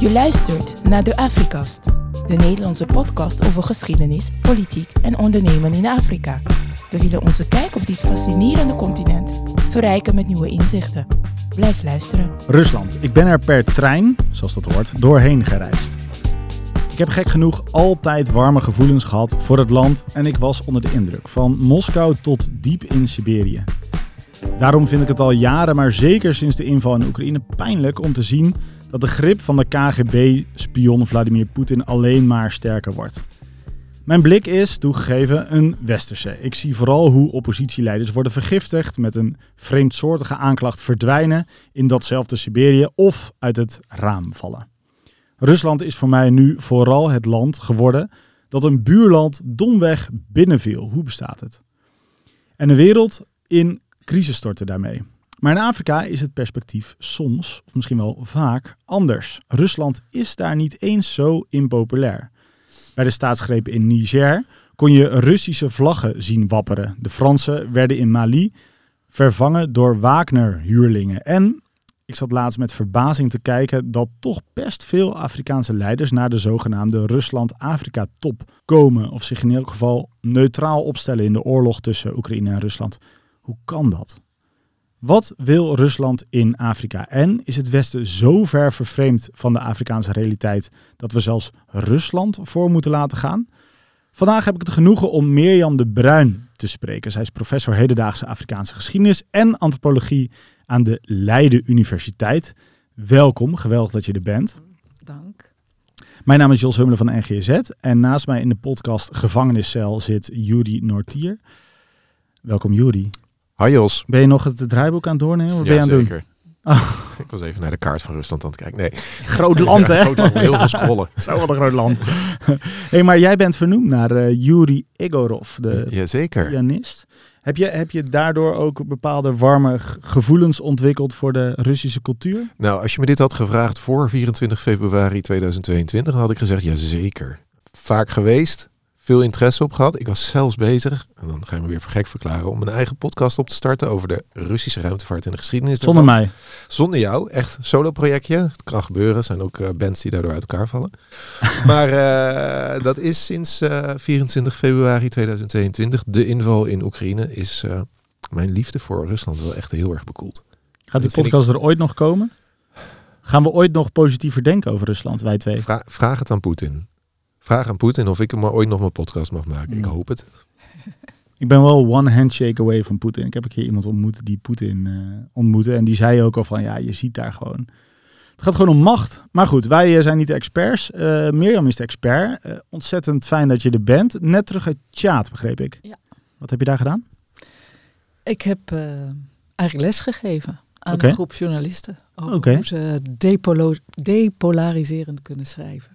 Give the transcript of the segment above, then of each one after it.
Je luistert naar de Afrikast, de Nederlandse podcast over geschiedenis, politiek en ondernemen in Afrika. We willen onze kijk op dit fascinerende continent verrijken met nieuwe inzichten. Blijf luisteren. Rusland. Ik ben er per trein, zoals dat hoort, doorheen gereisd. Ik heb gek genoeg altijd warme gevoelens gehad voor het land en ik was onder de indruk. Van Moskou tot diep in Siberië. Daarom vind ik het al jaren, maar zeker sinds de inval in Oekraïne, pijnlijk om te zien dat de grip van de KGB-spion Vladimir Poetin alleen maar sterker wordt. Mijn blik is, toegegeven, een westerse. Ik zie vooral hoe oppositieleiders worden vergiftigd, met een vreemdsoortige aanklacht verdwijnen in datzelfde Siberië of uit het raam vallen. Rusland is voor mij nu vooral het land geworden dat een buurland domweg binnenviel. Hoe bestaat het? En de wereld in crisis stortte daarmee. Maar in Afrika is het perspectief soms, of misschien wel vaak, anders. Rusland is daar niet eens zo impopulair. Bij de staatsgreep in Niger kon je Russische vlaggen zien wapperen. De Fransen werden in Mali vervangen door Wagner-huurlingen. En ik zat laatst met verbazing te kijken dat toch best veel Afrikaanse leiders naar de zogenaamde Rusland-Afrika-top komen. Of zich in elk geval neutraal opstellen in de oorlog tussen Oekraïne en Rusland. Hoe kan dat? Wat wil Rusland in Afrika? En is het Westen zo ver vervreemd van de Afrikaanse realiteit dat we zelfs Rusland voor moeten laten gaan? Vandaag heb ik het genoegen om Mirjam de Bruin te spreken. Zij is professor hedendaagse Afrikaanse geschiedenis en antropologie aan de Leiden Universiteit. Welkom, geweldig dat je er bent. Dank. Mijn naam is Jos Hummelen van NGZ en naast mij in de podcast Gevangeniscel zit Juri Nortier. Welkom Juri. Hi Jos. Ben je nog het draaiboek aan het doornemen? Wat ben je aan het doen? Zeker. Oh. Ik was even naar de kaart van Rusland aan het kijken. Nee. Groot land, hè? Groot land, heel veel scrollen. Zo, wat een groot land. Hey, maar jij bent vernoemd naar Yuri Egorov, de Jazeker. pianist. Heb je daardoor ook bepaalde warme gevoelens ontwikkeld voor de Russische cultuur? Nou, als je me dit had gevraagd voor 24 februari 2022, dan had ik gezegd, jazeker. Vaak geweest, veel interesse op gehad. Ik was zelfs bezig, en dan ga je me weer voor gek verklaren, om een eigen podcast op te starten over de Russische ruimtevaart en de geschiedenis. Zonder mij. Zonder jou, echt solo projectje. Het kan gebeuren, er zijn ook bands die daardoor uit elkaar vallen. Maar dat is sinds 24 februari 2022. De inval in Oekraïne is mijn liefde voor Rusland wel echt heel erg bekoeld. Gaat die podcast er ooit nog komen? Gaan we ooit nog positiever denken over Rusland, wij twee? Vraag het aan Poetin. Vraag aan Poetin of ik hem maar ooit nog mijn podcast mag maken. Ik hoop het. Ik ben wel one handshake away van Poetin. Ik heb een keer iemand ontmoet die Poetin ontmoette. En die zei ook al van, ja, je ziet daar gewoon. Het gaat gewoon om macht. Maar goed, wij zijn niet de experts. Mirjam is de expert. Ontzettend fijn dat je er bent. Net terug uit Tjaad, begreep ik. Ja. Wat heb je daar gedaan? Ik heb eigenlijk les gegeven aan een groep journalisten. Over hoe ze depolariserend kunnen schrijven.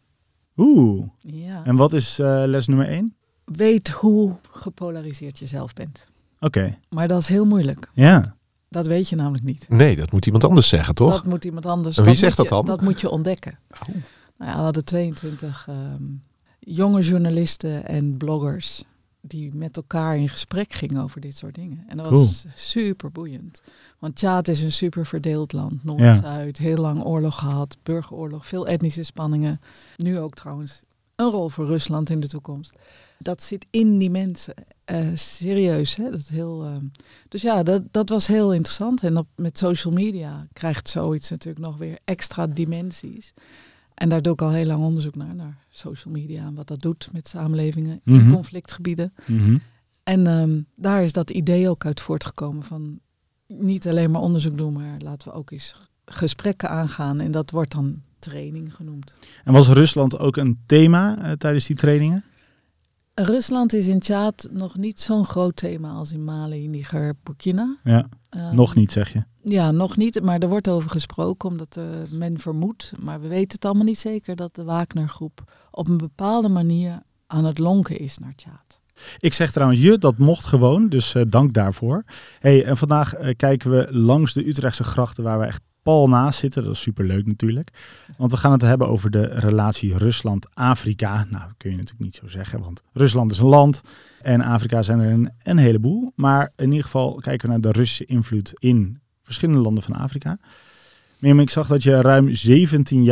Oeh. Ja. En wat is les nummer 1? Weet hoe gepolariseerd je zelf bent. Oké. Maar dat is heel moeilijk. Ja. Dat weet je namelijk niet. Nee, dat moet iemand anders zeggen, toch? Dat moet iemand anders. En wie zegt dat dan? Dat moet je ontdekken. Oh. Nou ja, we hadden 22 jonge journalisten en bloggers die met elkaar in gesprek gingen over dit soort dingen. En dat was super boeiend. Want Tjaad is een super verdeeld land. Noord-Zuid, heel lang oorlog gehad, burgeroorlog, veel etnische spanningen. Nu ook trouwens een rol voor Rusland in de toekomst. Dat zit in die mensen. Serieus, hè? Dat heel, dus ja, dat was heel interessant. En met social media krijgt zoiets natuurlijk nog weer extra dimensies. En daar doe ik al heel lang onderzoek naar social media en wat dat doet met samenlevingen in conflictgebieden. Mm-hmm. En daar is dat idee ook uit voortgekomen van niet alleen maar onderzoek doen, maar laten we ook eens gesprekken aangaan. En dat wordt dan training genoemd. En was Rusland ook een thema tijdens die trainingen? Rusland is in Tjaad nog niet zo'n groot thema als in Mali, Niger, Burkina. Ja, nog niet zeg je. Ja, nog niet, maar er wordt over gesproken omdat men vermoedt, maar we weten het allemaal niet zeker, dat de Wagner-groep op een bepaalde manier aan het lonken is naar Tjaad. Ik zeg trouwens dat mocht gewoon, dus dank daarvoor. Hey, en vandaag kijken we langs de Utrechtse grachten waar we echt pal naast zitten. Dat is superleuk natuurlijk. Want we gaan het hebben over de relatie Rusland-Afrika. Nou, dat kun je natuurlijk niet zo zeggen, want Rusland is een land en Afrika zijn er een heleboel. Maar in ieder geval kijken we naar de Russische invloed in verschillende landen van Afrika. Mirjam, ik zag dat je ruim 17 jaar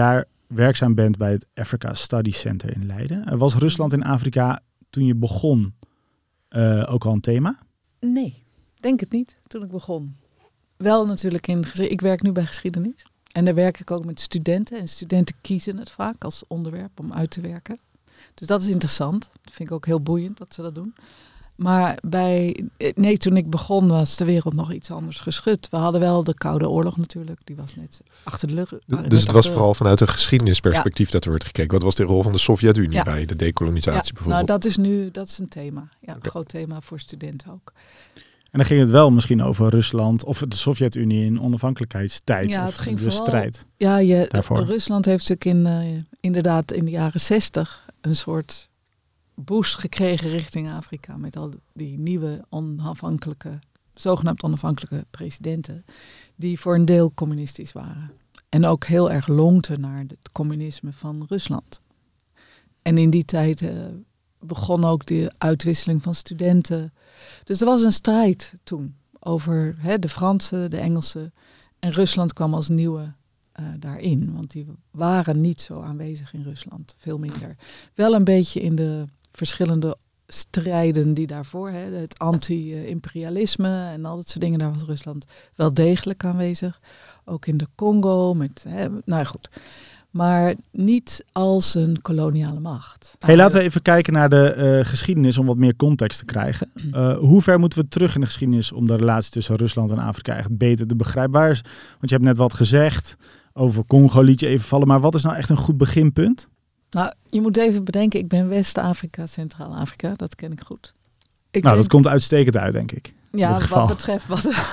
werkzaam bent bij het Africa Study Center in Leiden. Was Rusland in Afrika toen je begon ook al een thema? Nee, denk het niet toen ik begon. Wel natuurlijk ik werk nu bij geschiedenis. En daar werk ik ook met studenten. En studenten kiezen het vaak als onderwerp om uit te werken. Dus dat is interessant. Dat vind ik ook heel boeiend dat ze dat doen. Maar toen ik begon was de wereld nog iets anders geschud. We hadden wel de Koude Oorlog natuurlijk. Die was net achter de lucht. Dus het was vooral vanuit een geschiedenisperspectief dat er wordt gekeken. Wat was de rol van de Sovjet-Unie bij de dekolonisatie bijvoorbeeld? Nou, dat is een thema. Ja, een groot thema voor studenten ook. En dan ging het wel misschien over Rusland of de Sovjet-Unie in onafhankelijkheidstijd. Ja, of het ging de vooral, strijd. Ja, daarvoor. Rusland heeft natuurlijk inderdaad in de jaren 60 een soort boost gekregen richting Afrika. Met al die nieuwe zogenaamd onafhankelijke presidenten. Die voor een deel communistisch waren. En ook heel erg lonkten naar het communisme van Rusland. En in die tijd begon ook de uitwisseling van studenten. Dus er was een strijd toen over de Fransen, de Engelsen. En Rusland kwam als nieuwe daarin. Want die waren niet zo aanwezig in Rusland. Veel minder. Wel een beetje in de verschillende strijden die daarvoor. Het anti-imperialisme en al dat soort dingen. Daar was Rusland wel degelijk aanwezig. Ook in de Congo. Nou goed. Maar niet als een koloniale macht. Laten we even kijken naar de geschiedenis om wat meer context te krijgen. Hoe ver moeten we terug in de geschiedenis om de relatie tussen Rusland en Afrika echt beter te begrijpen? Want je hebt net wat gezegd over Congo, liet je even vallen. Maar wat is nou echt een goed beginpunt? Nou, je moet even bedenken, ik ben West-Afrika, Centraal-Afrika. Dat ken ik goed. Dat komt uitstekend uit, denk ik. Ja, wat betreft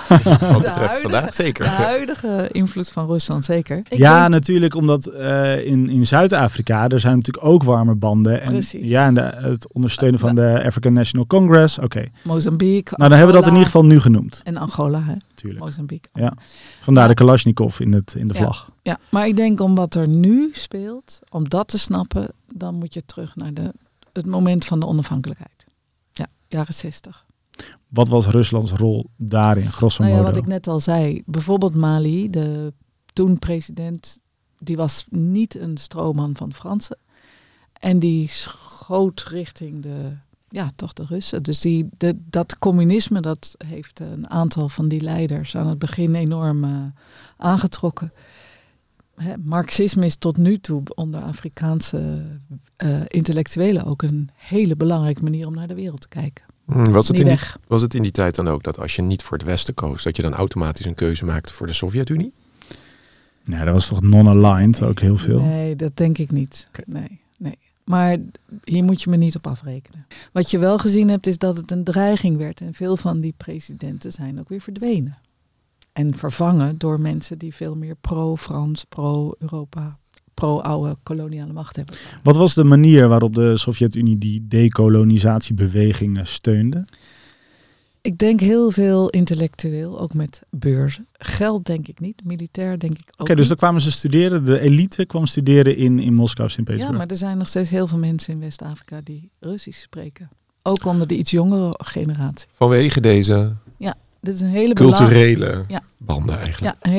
vandaag zeker. De huidige invloed van Rusland, zeker. Natuurlijk, omdat in Zuid-Afrika, er zijn natuurlijk ook warme banden. En, precies. Ja, en het ondersteunen van de African National Congress. Oké. Mozambique, nou, dan hebben we dat in ieder geval nu genoemd. En Angola, hè? Tuurlijk. Mozambique. Ja. Vandaar de Kalashnikov in de vlag. Ja, maar ik denk om wat er nu speelt, om dat te snappen, dan moet je terug naar het moment van de onafhankelijkheid. Ja, jaren 60. Wat was Ruslands rol daarin, grosso modo? Wat ik net al zei. Bijvoorbeeld Mali, de toen president, die was niet een stroomman van de Fransen. En die schoot richting de Russen. Dus dat communisme, dat heeft een aantal van die leiders aan het begin enorm aangetrokken. Marxisme is tot nu toe onder Afrikaanse intellectuelen ook een hele belangrijke manier om naar de wereld te kijken. Was het in die tijd dan ook dat als je niet voor het Westen koos, dat je dan automatisch een keuze maakte voor de Sovjet-Unie? Nee, dat was toch non-aligned ook heel veel? Nee, dat denk ik niet. Okay. Nee. Maar hier moet je me niet op afrekenen. Wat je wel gezien hebt is dat het een dreiging werd. En veel van die presidenten zijn ook weer verdwenen. En vervangen door mensen die veel meer pro-Frans, pro-Europa, pro-oude koloniale macht hebben. Wat was de manier waarop de Sovjet-Unie die decolonisatiebewegingen steunde? Ik denk heel veel intellectueel, ook met beurzen. Geld denk ik niet, militair denk ik ook Oké, dus dan kwamen ze studeren, de elite kwam studeren in Moskou, Sint-Petersburg. Ja, maar er zijn nog steeds heel veel mensen in West-Afrika die Russisch spreken. Ook onder de iets jongere generatie. Vanwege deze dit is een hele culturele banden eigenlijk. Ja, een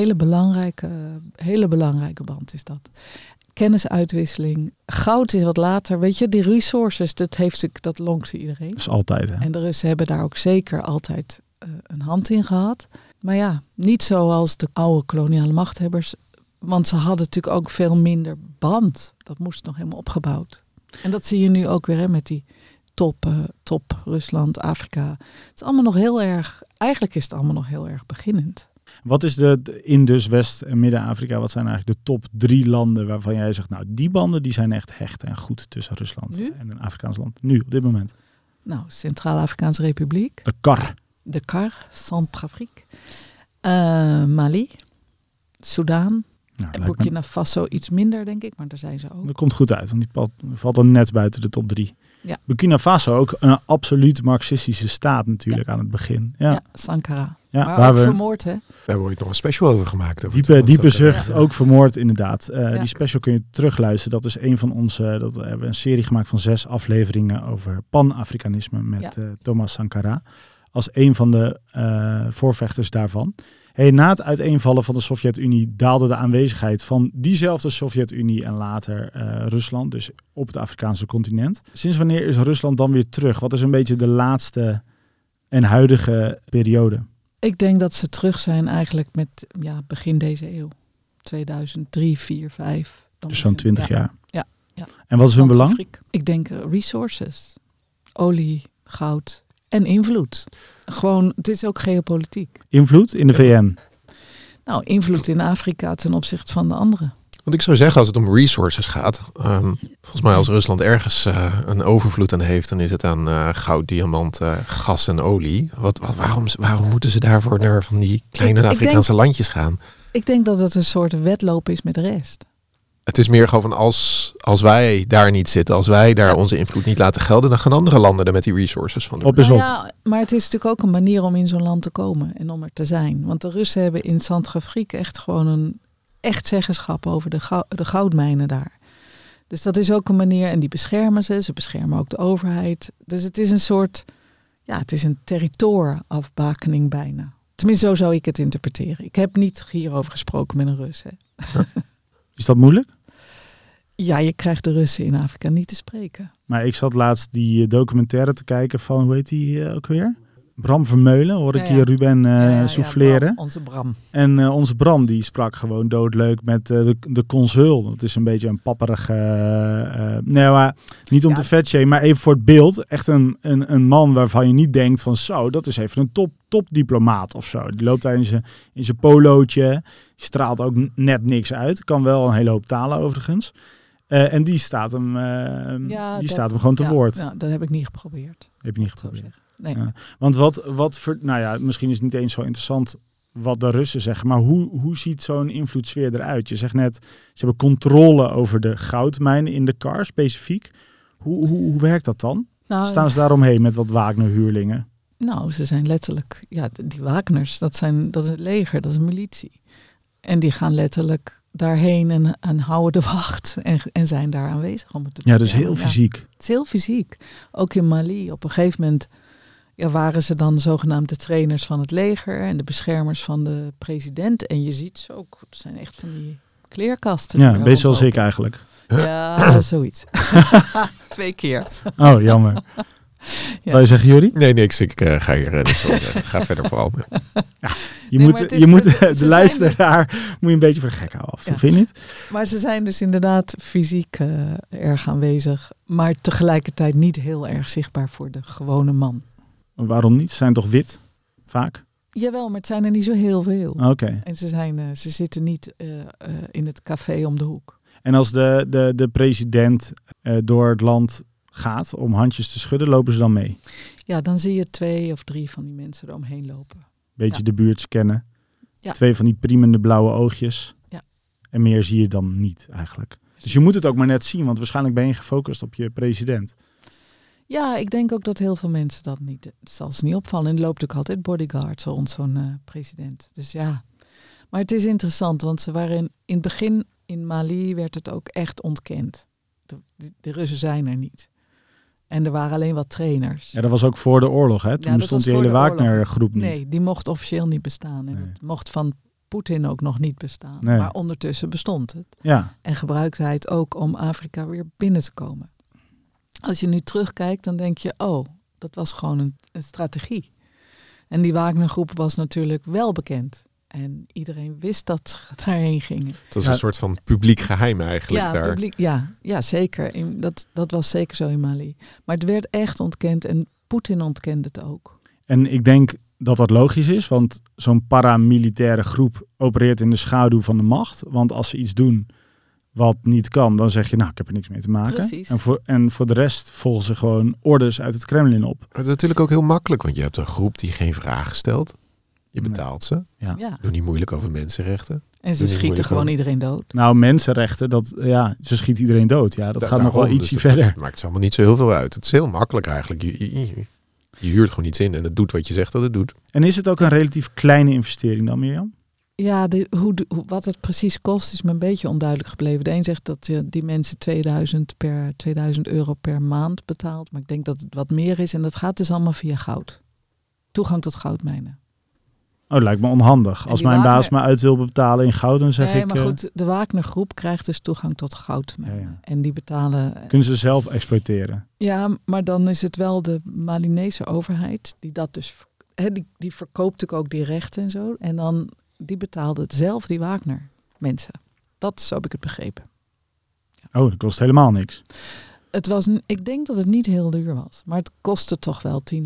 hele belangrijke band is dat. Kennisuitwisseling. Goud is wat later. Weet je, die resources, dat lonkte iedereen. Dat is altijd. Hè? En de Russen hebben daar ook zeker altijd een hand in gehad. Maar ja, niet zoals de oude koloniale machthebbers. Want ze hadden natuurlijk ook veel minder band. Dat moest nog helemaal opgebouwd. En dat zie je nu ook weer met die top Rusland, Afrika. Het is allemaal nog heel erg. Eigenlijk is het allemaal nog heel erg beginnend. Wat is in dus West- en Midden-Afrika, wat zijn eigenlijk de top 3 landen waarvan jij zegt, nou die banden die zijn echt hecht en goed tussen Rusland en een Afrikaans land. Nu, op dit moment. Nou, Centraal-Afrikaanse Republiek. De CAR, Centrafrique. Mali, Soudaan. En Burkina Faso iets minder, denk ik, maar daar zijn ze ook. Dat komt goed uit, want die valt dan net buiten de top 3. Ja. Burkina Faso, ook een absoluut marxistische staat natuurlijk aan het begin. Ja, Sankara. Ja, maar ook vermoord, hè? Daar hebben we ooit nog een special over gemaakt. Diepe zucht, ook vermoord inderdaad. Die special kun je terugluisteren. Dat is een van onze, we hebben een serie gemaakt van 6 afleveringen over Pan-Afrikanisme met Thomas Sankara. Als een van de voorvechters daarvan. Na het uiteenvallen van de Sovjet-Unie daalde de aanwezigheid van diezelfde Sovjet-Unie en later Rusland, dus op het Afrikaanse continent. Sinds wanneer is Rusland dan weer terug? Wat is een beetje de laatste en huidige periode? Ik denk dat ze terug zijn eigenlijk met begin deze eeuw. 2003, 4, 5. Dus zo'n 20 jaar. Ja. En wat is hun belang? Ik denk resources. Olie, goud en invloed. Gewoon, het is ook geopolitiek. Invloed in de VN? Nou, invloed in Afrika ten opzichte van de anderen. Want ik zou zeggen, als het om resources gaat, volgens mij als Rusland ergens een overvloed aan heeft, dan is het aan goud, diamant, gas en olie. Waarom moeten ze daarvoor naar van die kleine Afrikaanse landjes gaan? Ik denk dat het een soort wedloop is met de rest. Het is meer gewoon van als wij daar niet zitten, als wij daar onze invloed niet laten gelden, dan gaan andere landen er met die resources van doen. Op is op. Ja, maar het is natuurlijk ook een manier om in zo'n land te komen en om er te zijn. Want de Russen hebben in Centrafrique echt gewoon een echt zeggenschap over de goudmijnen daar. Dus dat is ook een manier, en die beschermen ze beschermen ook de overheid. Dus het is een soort, het is een territoorafbakening bijna. Tenminste, zo zou ik het interpreteren. Ik heb niet hierover gesproken met een Rus. Hè. Is dat moeilijk? Ja, je krijgt de Russen in Afrika niet te spreken. Maar ik zat laatst die documentaire te kijken van, hoe heet die ook weer? Bram Vermeulen, hoor ik hier Ruben souffleren. Bram, onze Bram. En onze Bram, die sprak gewoon doodleuk met de consul. Dat is een beetje een papperige... nee, maar niet om te vetshamen, maar even voor het beeld. Echt een man waarvan je niet denkt van zo, dat is even een top diplomaat of zo. Die loopt daar in zijn polootje. Die straalt ook net niks uit. Kan wel een hele hoop talen overigens. En die staat hem, staat hem gewoon te woord. Ja, dat heb ik niet geprobeerd. Heb je niet geprobeerd? Nee. Ja. Want misschien is het niet eens zo interessant wat de Russen zeggen, maar hoe ziet zo'n invloedssfeer eruit? Je zegt net, ze hebben controle over de goudmijnen in de Kar specifiek. Hoe werkt dat dan? Nou, staan ze daaromheen met wat Wagner-huurlingen? Nou, ze zijn letterlijk, die Wagners, dat is het leger, dat is een militie. En die gaan letterlijk daarheen en houden de wacht en zijn daar aanwezig om het te beschermen. Ja, dat is heel fysiek. Het is heel fysiek. Ook in Mali, op een gegeven moment waren ze dan zogenaamd de trainers van het leger en de beschermers van de president. En je ziet ze ook, het zijn echt van die kleerkasten. Ja, best zoals ik eigenlijk. Ja, zoiets. 2 keer. Oh, jammer. Zou je zeggen, Juri? Nee, niks. Ik ga hier ga verder vooral. Je moet de luisteraar moet je een beetje voor de gek houden af. Vind je niet? Maar ze zijn dus inderdaad fysiek erg aanwezig, maar tegelijkertijd niet heel erg zichtbaar voor de gewone man. Waarom niet? Ze zijn toch wit? Vaak? Jawel, maar het zijn er niet zo heel veel. Oké. En ze zitten niet in het café om de hoek. En als de president door het land gaat om handjes te schudden, lopen ze dan mee? Ja, dan zie je 2 of 3 van die mensen eromheen lopen. Beetje de buurt scannen. Ja. 2 van die priemende blauwe oogjes. Ja. En meer zie je dan niet eigenlijk. Dus je moet het ook maar net zien, want waarschijnlijk ben je gefocust op je president. Ja, ik denk ook dat heel veel mensen dat niet... Het zal ze niet opvallen. En er loopt ook altijd bodyguards rond zo'n president. Dus ja. Maar het is interessant, want ze waren in het begin in Mali werd het ook echt ontkend. De Russen zijn er niet. En er waren alleen wat trainers. Ja, dat was ook voor de oorlog, hè? Toen bestond die hele Wagner-groep niet. Nee, die mocht officieel niet bestaan. En het mocht van Poetin ook nog niet bestaan. Nee. Maar ondertussen bestond het. Ja. En gebruikte hij het ook om Afrika weer binnen te komen. Als je nu terugkijkt, dan denk je, dat was gewoon een strategie. En die Wagner-groep was natuurlijk wel bekend. En iedereen wist dat ze daarheen gingen. Het was een soort van publiek geheim eigenlijk daar. Publiek, ja, zeker. Dat was zeker zo in Mali. Maar het werd echt ontkend en Poetin ontkende het ook. En ik denk dat dat logisch is, want zo'n paramilitaire groep opereert in de schaduw van de macht. Want als ze iets doen wat niet kan, dan zeg je, ik heb er niks mee te maken. Precies. En voor de rest volgen ze gewoon orders uit het Kremlin op. Het is natuurlijk ook heel makkelijk, want je hebt een groep die geen vragen stelt. Je betaalt ze. Ja. Doe niet moeilijk over mensenrechten. En ze schieten gewoon iedereen dood. Nou, mensenrechten, ze schiet iedereen dood. Ja, dat gaat nog wel ietsje verder. Het maakt allemaal niet zo heel veel uit. Het is heel makkelijk eigenlijk. Je huurt gewoon iets in en het doet wat je zegt dat het doet. En is het ook een relatief kleine investering dan, Mirjam? Ja, wat het precies kost is me een beetje onduidelijk gebleven. De een zegt dat die mensen 2000 euro per maand betaalt. Maar ik denk dat het wat meer is. En dat gaat dus allemaal via goud. Toegang tot goudmijnen. Oh, lijkt me onhandig. Als mijn baas me uit wil betalen in goud, dan zeg ik... Nee, maar goed, de Wagner groep krijgt dus toegang tot goud. Ja. En die betalen... Kunnen ze zelf exploiteren? Ja, maar dan is het wel de Malinese overheid die dat dus... Die verkoopt ook die rechten en zo. En dan, die betaalde het zelf, die Wagner mensen. Dat, zo heb ik het begrepen. Ja. Oh, dat kost helemaal niks. Het was, ik denk dat het niet heel duur was. Maar het kostte toch wel 10.000...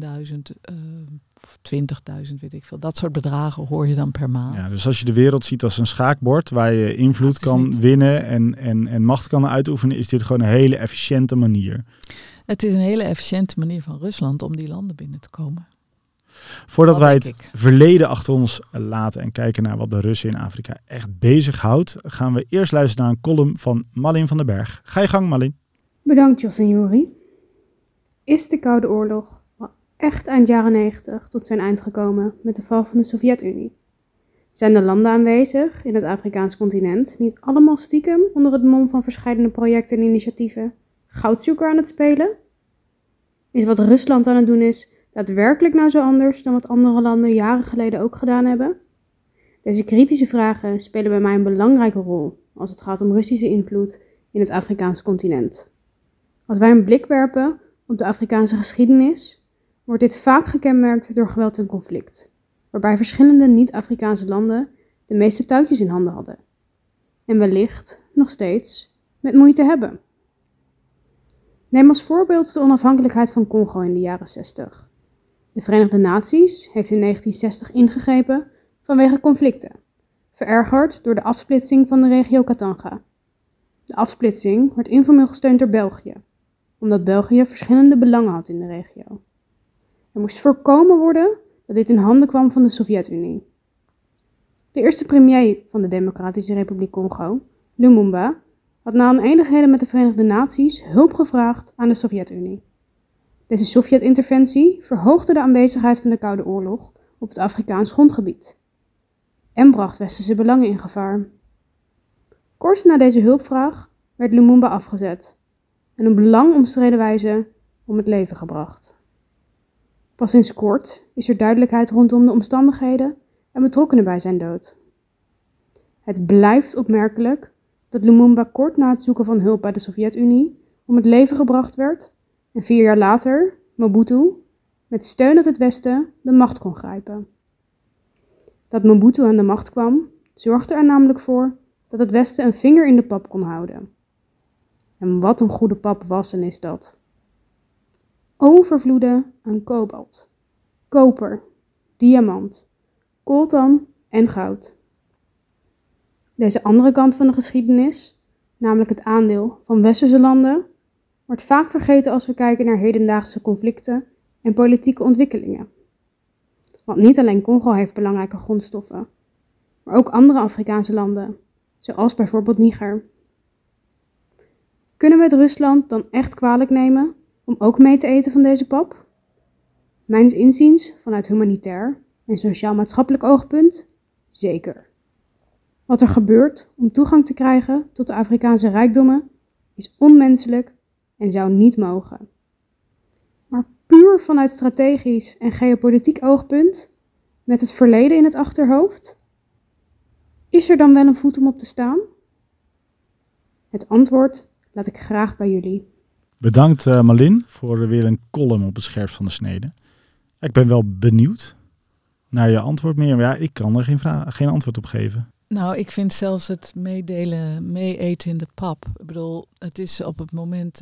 20.000, weet ik veel. Dat soort bedragen hoor je dan per maand. Ja, dus als je de wereld ziet als een schaakbord waar je invloed kan winnen en macht kan uitoefenen, is dit gewoon een hele efficiënte manier. Het is een hele efficiënte manier van Rusland om die landen binnen te komen. Voordat wij het verleden achter ons laten en kijken naar wat de Russen in Afrika echt bezighoudt, gaan we eerst luisteren naar een column van Malin van den Berg. Ga je gang, Malin. Bedankt, Jos en Jori. Is de Koude Oorlog echt eind jaren 90 tot zijn eind gekomen met de val van de Sovjet-Unie? Zijn de landen aanwezig in het Afrikaans continent niet allemaal stiekem onder het mom van verscheidene projecten en initiatieven goudzoeker aan het spelen? Is wat Rusland aan het doen is daadwerkelijk nou zo anders dan wat andere landen jaren geleden ook gedaan hebben? Deze kritische vragen spelen bij mij een belangrijke rol als het gaat om Russische invloed in het Afrikaanse continent. Als wij een blik werpen op de Afrikaanse geschiedenis, wordt dit vaak gekenmerkt door geweld en conflict, waarbij verschillende niet-Afrikaanse landen de meeste touwtjes in handen hadden. En wellicht nog steeds met moeite hebben. Neem als voorbeeld de onafhankelijkheid van Congo in de jaren 60. De Verenigde Naties heeft in 1960 ingegrepen vanwege conflicten, verergerd door de afsplitsing van de regio Katanga. De afsplitsing werd informeel gesteund door België, omdat België verschillende belangen had in de regio. Er moest voorkomen worden dat dit in handen kwam van de Sovjet-Unie. De eerste premier van de Democratische Republiek Congo, Lumumba, had na onenigheden met de Verenigde Naties hulp gevraagd aan de Sovjet-Unie. Deze Sovjet-interventie verhoogde de aanwezigheid van de Koude Oorlog op het Afrikaans grondgebied en bracht westerse belangen in gevaar. Kort na deze hulpvraag werd Lumumba afgezet en op lang omstreden wijze om het leven gebracht. Pas sinds kort is er duidelijkheid rondom de omstandigheden en betrokkenen bij zijn dood. Het blijft opmerkelijk dat Lumumba kort na het zoeken van hulp bij de Sovjet-Unie om het leven gebracht werd en 4 jaar later Mobutu met steun uit het Westen de macht kon grijpen. Dat Mobutu aan de macht kwam, zorgde er namelijk voor dat het Westen een vinger in de pap kon houden. En wat een goede pap was en is dat. Overvloeden aan kobalt, koper, diamant, coltan en goud. Deze andere kant van de geschiedenis, namelijk het aandeel van westerse landen, wordt vaak vergeten als we kijken naar hedendaagse conflicten en politieke ontwikkelingen. Want niet alleen Congo heeft belangrijke grondstoffen, maar ook andere Afrikaanse landen, zoals bijvoorbeeld Niger. Kunnen we het Rusland dan echt kwalijk nemen om ook mee te eten van deze pap? Mijns inziens, vanuit humanitair en sociaal-maatschappelijk oogpunt, zeker. Wat er gebeurt om toegang te krijgen tot de Afrikaanse rijkdommen is onmenselijk en zou niet mogen. Maar puur vanuit strategisch en geopolitiek oogpunt, met het verleden in het achterhoofd, is er dan wel een voet om op te staan? Het antwoord laat ik graag bij jullie. Bedankt Malin voor weer een column op het scherpst van de snede. Ik ben wel benieuwd naar je antwoord meer. Ja, ik kan er geen antwoord op geven. Nou, ik vind zelfs het mee-eten in de pap. Ik bedoel, het is op het moment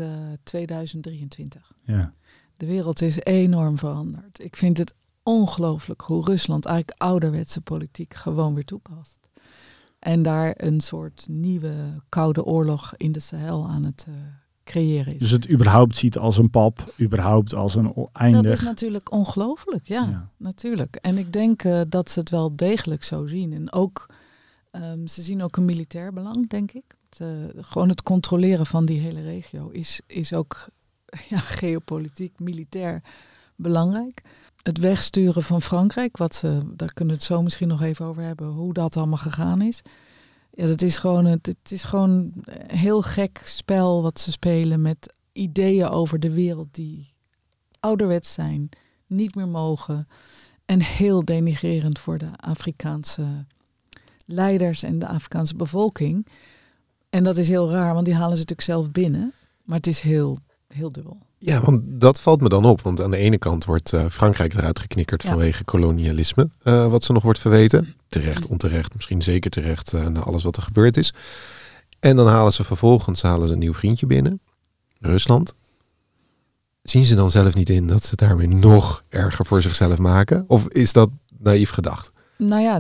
2023. Ja. De wereld is enorm veranderd. Ik vind het ongelooflijk hoe Rusland eigenlijk ouderwetse politiek gewoon weer toepast. En daar een soort nieuwe koude oorlog in de Sahel aan het creëren is. Dus het überhaupt ziet als een pap, überhaupt als een eindig. Dat is natuurlijk ongelooflijk, ja. Natuurlijk. En ik denk dat ze het wel degelijk zo zien. En ook, ze zien ook een militair belang, denk ik. Gewoon het controleren van die hele regio is ook geopolitiek, militair belangrijk. Het wegsturen van Frankrijk, daar kunnen we het zo misschien nog even over hebben, hoe dat allemaal gegaan is. Ja, het is gewoon een heel gek spel wat ze spelen met ideeën over de wereld die ouderwets zijn, niet meer mogen. En heel denigrerend voor de Afrikaanse leiders en de Afrikaanse bevolking. En dat is heel raar, want die halen ze natuurlijk zelf binnen. Maar het is heel, heel dubbel. Ja, want dat valt me dan op. Want aan de ene kant wordt Frankrijk eruit geknikkerd vanwege kolonialisme. Wat ze nog wordt verweten. Terecht, onterecht, misschien zeker terecht na alles wat er gebeurd is. En dan halen ze vervolgens een nieuw vriendje binnen. Rusland. Zien ze dan zelf niet in dat ze het daarmee nog erger voor zichzelf maken? Of is dat naïef gedacht? Nou ja,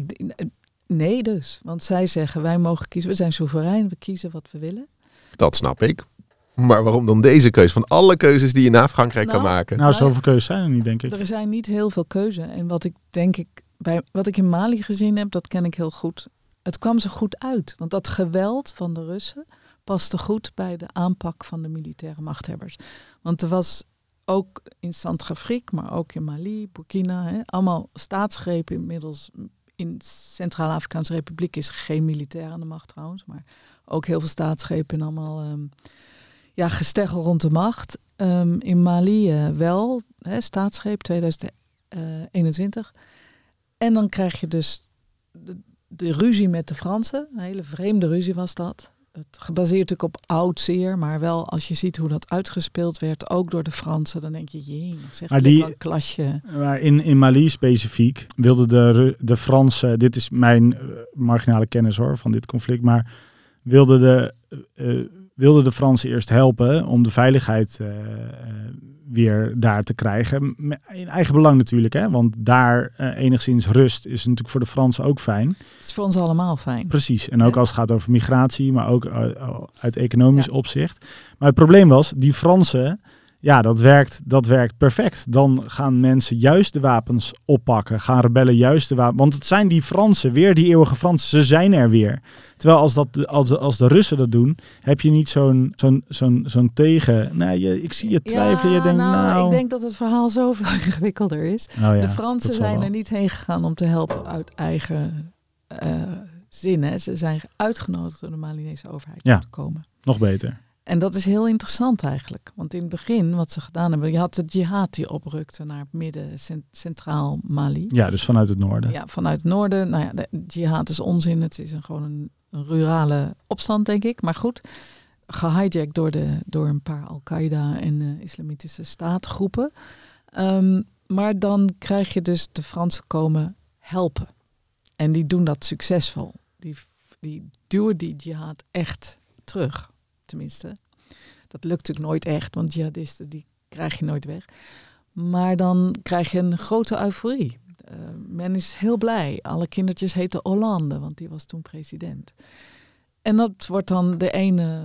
nee dus. Want zij zeggen, wij mogen kiezen. We zijn soeverein, we kiezen wat we willen. Dat snap ik. Maar waarom dan deze keuze? Van alle keuzes die je na Frankrijk kan maken. Nou, zoveel keuzes zijn er niet, denk ik. Er zijn niet heel veel keuzen. En wat ik in Mali gezien heb, dat ken ik heel goed. Het kwam ze goed uit. Want dat geweld van de Russen paste goed bij de aanpak van de militaire machthebbers. Want er was ook in Centrafrique, maar ook in Mali, Burkina, allemaal staatsgrepen inmiddels. In Centraal-Afrikaanse Republiek is geen militair aan de macht trouwens, maar ook heel veel staatsgrepen en allemaal gesteggel rond de macht. In Mali wel, staatsgreep 2021. En dan krijg je dus de ruzie met de Fransen. Een hele vreemde ruzie was dat. Het gebaseerd natuurlijk op oud zeer, maar wel als je ziet hoe dat uitgespeeld werd, ook door de Fransen, dan denk je, zeg maar een klasje. Maar in Mali specifiek wilden de Fransen, dit is mijn marginale kennis hoor, van dit conflict, maar wilden de Fransen eerst helpen om de veiligheid weer daar te krijgen. In eigen belang natuurlijk, hè? Want daar enigszins rust is natuurlijk voor de Fransen ook fijn. Het is voor ons allemaal fijn. Precies, en ook als het gaat over migratie, maar ook uit economisch opzicht. Maar het probleem was, die Fransen, ja, dat werkt perfect. Dan gaan mensen juist de wapens oppakken, gaan rebellen juist de wapens. Want het zijn die Fransen, weer die eeuwige Fransen, ze zijn er weer. Terwijl als de Russen dat doen, heb je niet zo'n tegen. Nee, ik zie je twijfelen. Je denkt, ik denk dat het verhaal zoveel ingewikkelder is. De Fransen zijn er niet heen gegaan om te helpen uit eigen zin. Hè. Ze zijn uitgenodigd door de Malinese overheid om te komen. Nog beter. En dat is heel interessant eigenlijk. Want in het begin, wat ze gedaan hebben, je had de jihad die oprukte naar het midden, centraal Mali. Ja, dus vanuit het noorden. Ja, vanuit het noorden. Nou ja, de jihad is onzin. Het is gewoon een rurale opstand, denk ik. Maar goed, gehijacked door een paar Al-Qaeda en islamitische staatgroepen. Maar dan krijg je dus de Fransen komen helpen. En die doen dat succesvol. Die duwen die jihad echt terug. Tenminste, dat lukt natuurlijk nooit echt, want jihadisten die krijg je nooit weg. Maar dan krijg je een grote euforie. Men is heel blij. Alle kindertjes heten Hollande, want die was toen president. En dat wordt dan de ene...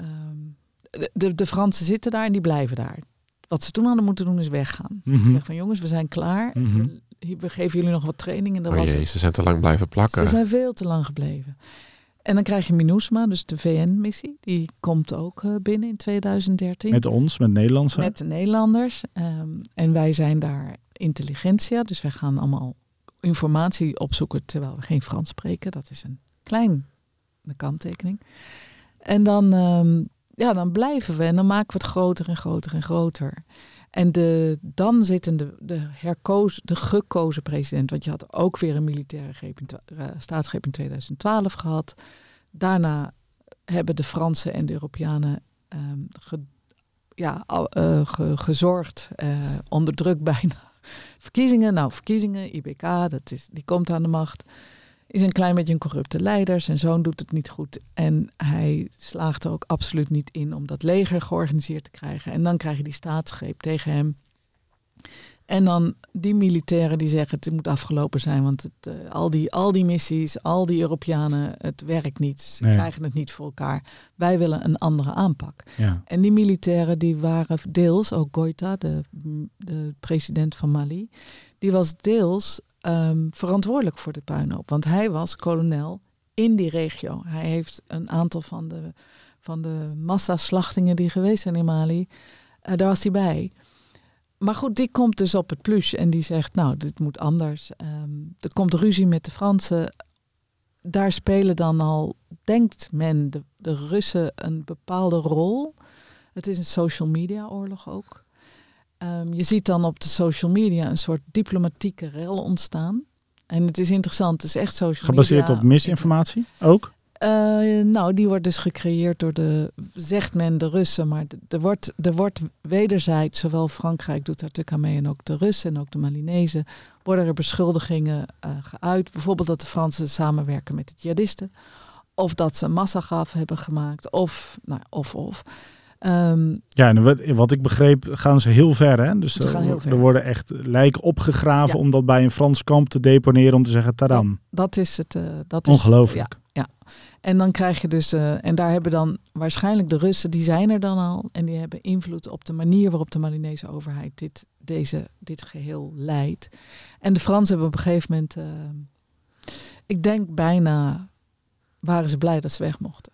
De Fransen zitten daar en die blijven daar. Wat ze toen hadden moeten doen is weggaan. Ze zeggen van jongens, we zijn klaar. We geven jullie nog wat training. En ze zijn te lang blijven plakken. Ze zijn veel te lang gebleven. En dan krijg je MINUSMA, dus de VN-missie. Die komt ook binnen in 2013. Met ons, met Nederlanders. Met de Nederlanders. En wij zijn daar intelligentia. Dus wij gaan allemaal informatie opzoeken terwijl we geen Frans spreken. Dat is een kleine kanttekening. En dan blijven we en dan maken we het groter en groter en groter. En dan zitten de gekozen president, want je had ook weer een militaire staatsgreep in 2012 gehad. Daarna hebben de Fransen en de Europeanen gezorgd, onder druk bijna. Verkiezingen, IBK, die komt aan de macht. Is een klein beetje een corrupte leider. Zijn zoon doet het niet goed. En hij slaagt er ook absoluut niet in om dat leger georganiseerd te krijgen. En dan krijg je die staatsgreep tegen hem. En dan die militairen die zeggen het moet afgelopen zijn. Want al die missies, al die Europeanen, het werkt niet. Ze krijgen het niet voor elkaar. Wij willen een andere aanpak. Ja. En die militairen die waren deels, ook Goïta, de president van Mali, die was deels verantwoordelijk voor de puinhoop. Want hij was kolonel in die regio. Hij heeft een aantal van de massaslachtingen die geweest zijn in Mali, daar was hij bij. Maar goed, die komt dus op het plus en die zegt, nou, dit moet anders. Er komt ruzie met de Fransen. Daar spelen dan al, denkt men, de Russen een bepaalde rol. Het is een social media oorlog ook. Je ziet dan op de social media een soort diplomatieke rel ontstaan. En het is interessant, het is echt social Gebaseerd media. op misinformatie ook? Die wordt dus gecreëerd door zegt men, de Russen. Maar er wordt wederzijds, zowel Frankrijk doet daar natuurlijk aan mee en ook de Russen en ook de Malinezen, worden er beschuldigingen geuit. Bijvoorbeeld dat de Fransen samenwerken met de jihadisten. Of dat ze een massagraf hebben gemaakt. Of. En wat ik begreep gaan ze heel ver. Hè? Dus Ze gaan heel ver. er worden echt lijken opgegraven Ja. om dat bij een Frans kamp te deponeren om te zeggen tadam. Dat is het. Ongelooflijk. Ja. En dan krijg je dus, en daar hebben dan waarschijnlijk de Russen, die zijn er dan al. En die hebben invloed op de manier waarop de Malinese overheid dit geheel leidt. En de Fransen hebben op een gegeven moment, ik denk bijna, waren ze blij dat ze weg mochten.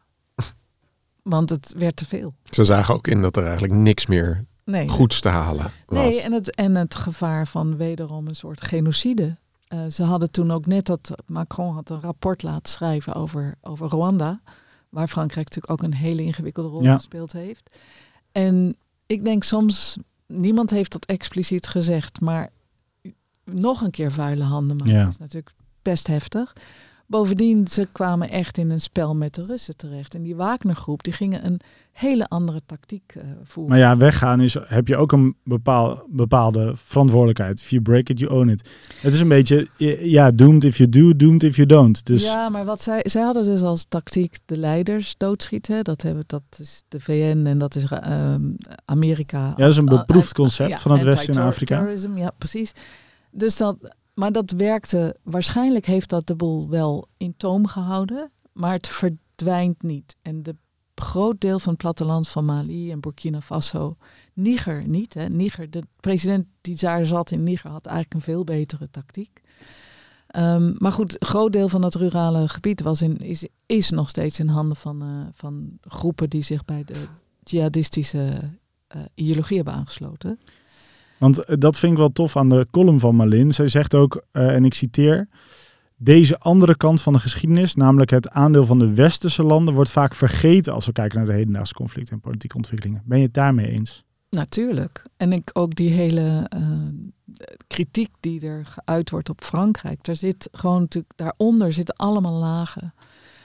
Want het werd te veel. Ze zagen ook in dat er eigenlijk niks meer Nee. goeds te halen was. Nee, en het gevaar van wederom een soort genocide. Ze hadden toen ook net dat Macron had een rapport laten schrijven over Rwanda. Waar Frankrijk natuurlijk ook een hele ingewikkelde rol gespeeld heeft. En ik denk soms, niemand heeft dat expliciet gezegd, maar nog een keer vuile handen maken. Dat is natuurlijk best heftig. Bovendien, ze kwamen echt in een spel met de Russen terecht. En die Wagner-groep, die gingen een hele andere tactiek voeren. Maar ja, weggaan heb je ook een bepaalde verantwoordelijkheid. If you break it, you own it. Het is een beetje, doomed if you do, doomed if you don't. Dus... Ja, maar wat zij hadden dus als tactiek de leiders doodschieten. Dat is de VN en dat is Amerika. Ja, dat is een beproefd concept van het Westen in Afrika. Terrorism, ja, precies. Dus maar dat werkte, waarschijnlijk heeft dat de boel wel in toom gehouden, maar het verdwijnt niet. En de groot deel van het platteland van Mali en Burkina Faso, Niger niet. Hè. Niger, de president die daar zat in Niger had eigenlijk een veel betere tactiek. Maar goed, een groot deel van dat rurale gebied is nog steeds in handen van groepen die zich bij de jihadistische ideologie hebben aangesloten. Want dat vind ik wel tof aan de column van Marlin. Zij zegt ook, en ik citeer, deze andere kant van de geschiedenis, namelijk het aandeel van de westerse landen, wordt vaak vergeten als we kijken naar de hedendaagse conflicten en politieke ontwikkelingen. Ben je het daarmee eens? Natuurlijk. En ook die hele kritiek die er geuit wordt op Frankrijk. Daar zit gewoon natuurlijk, daaronder zitten allemaal lagen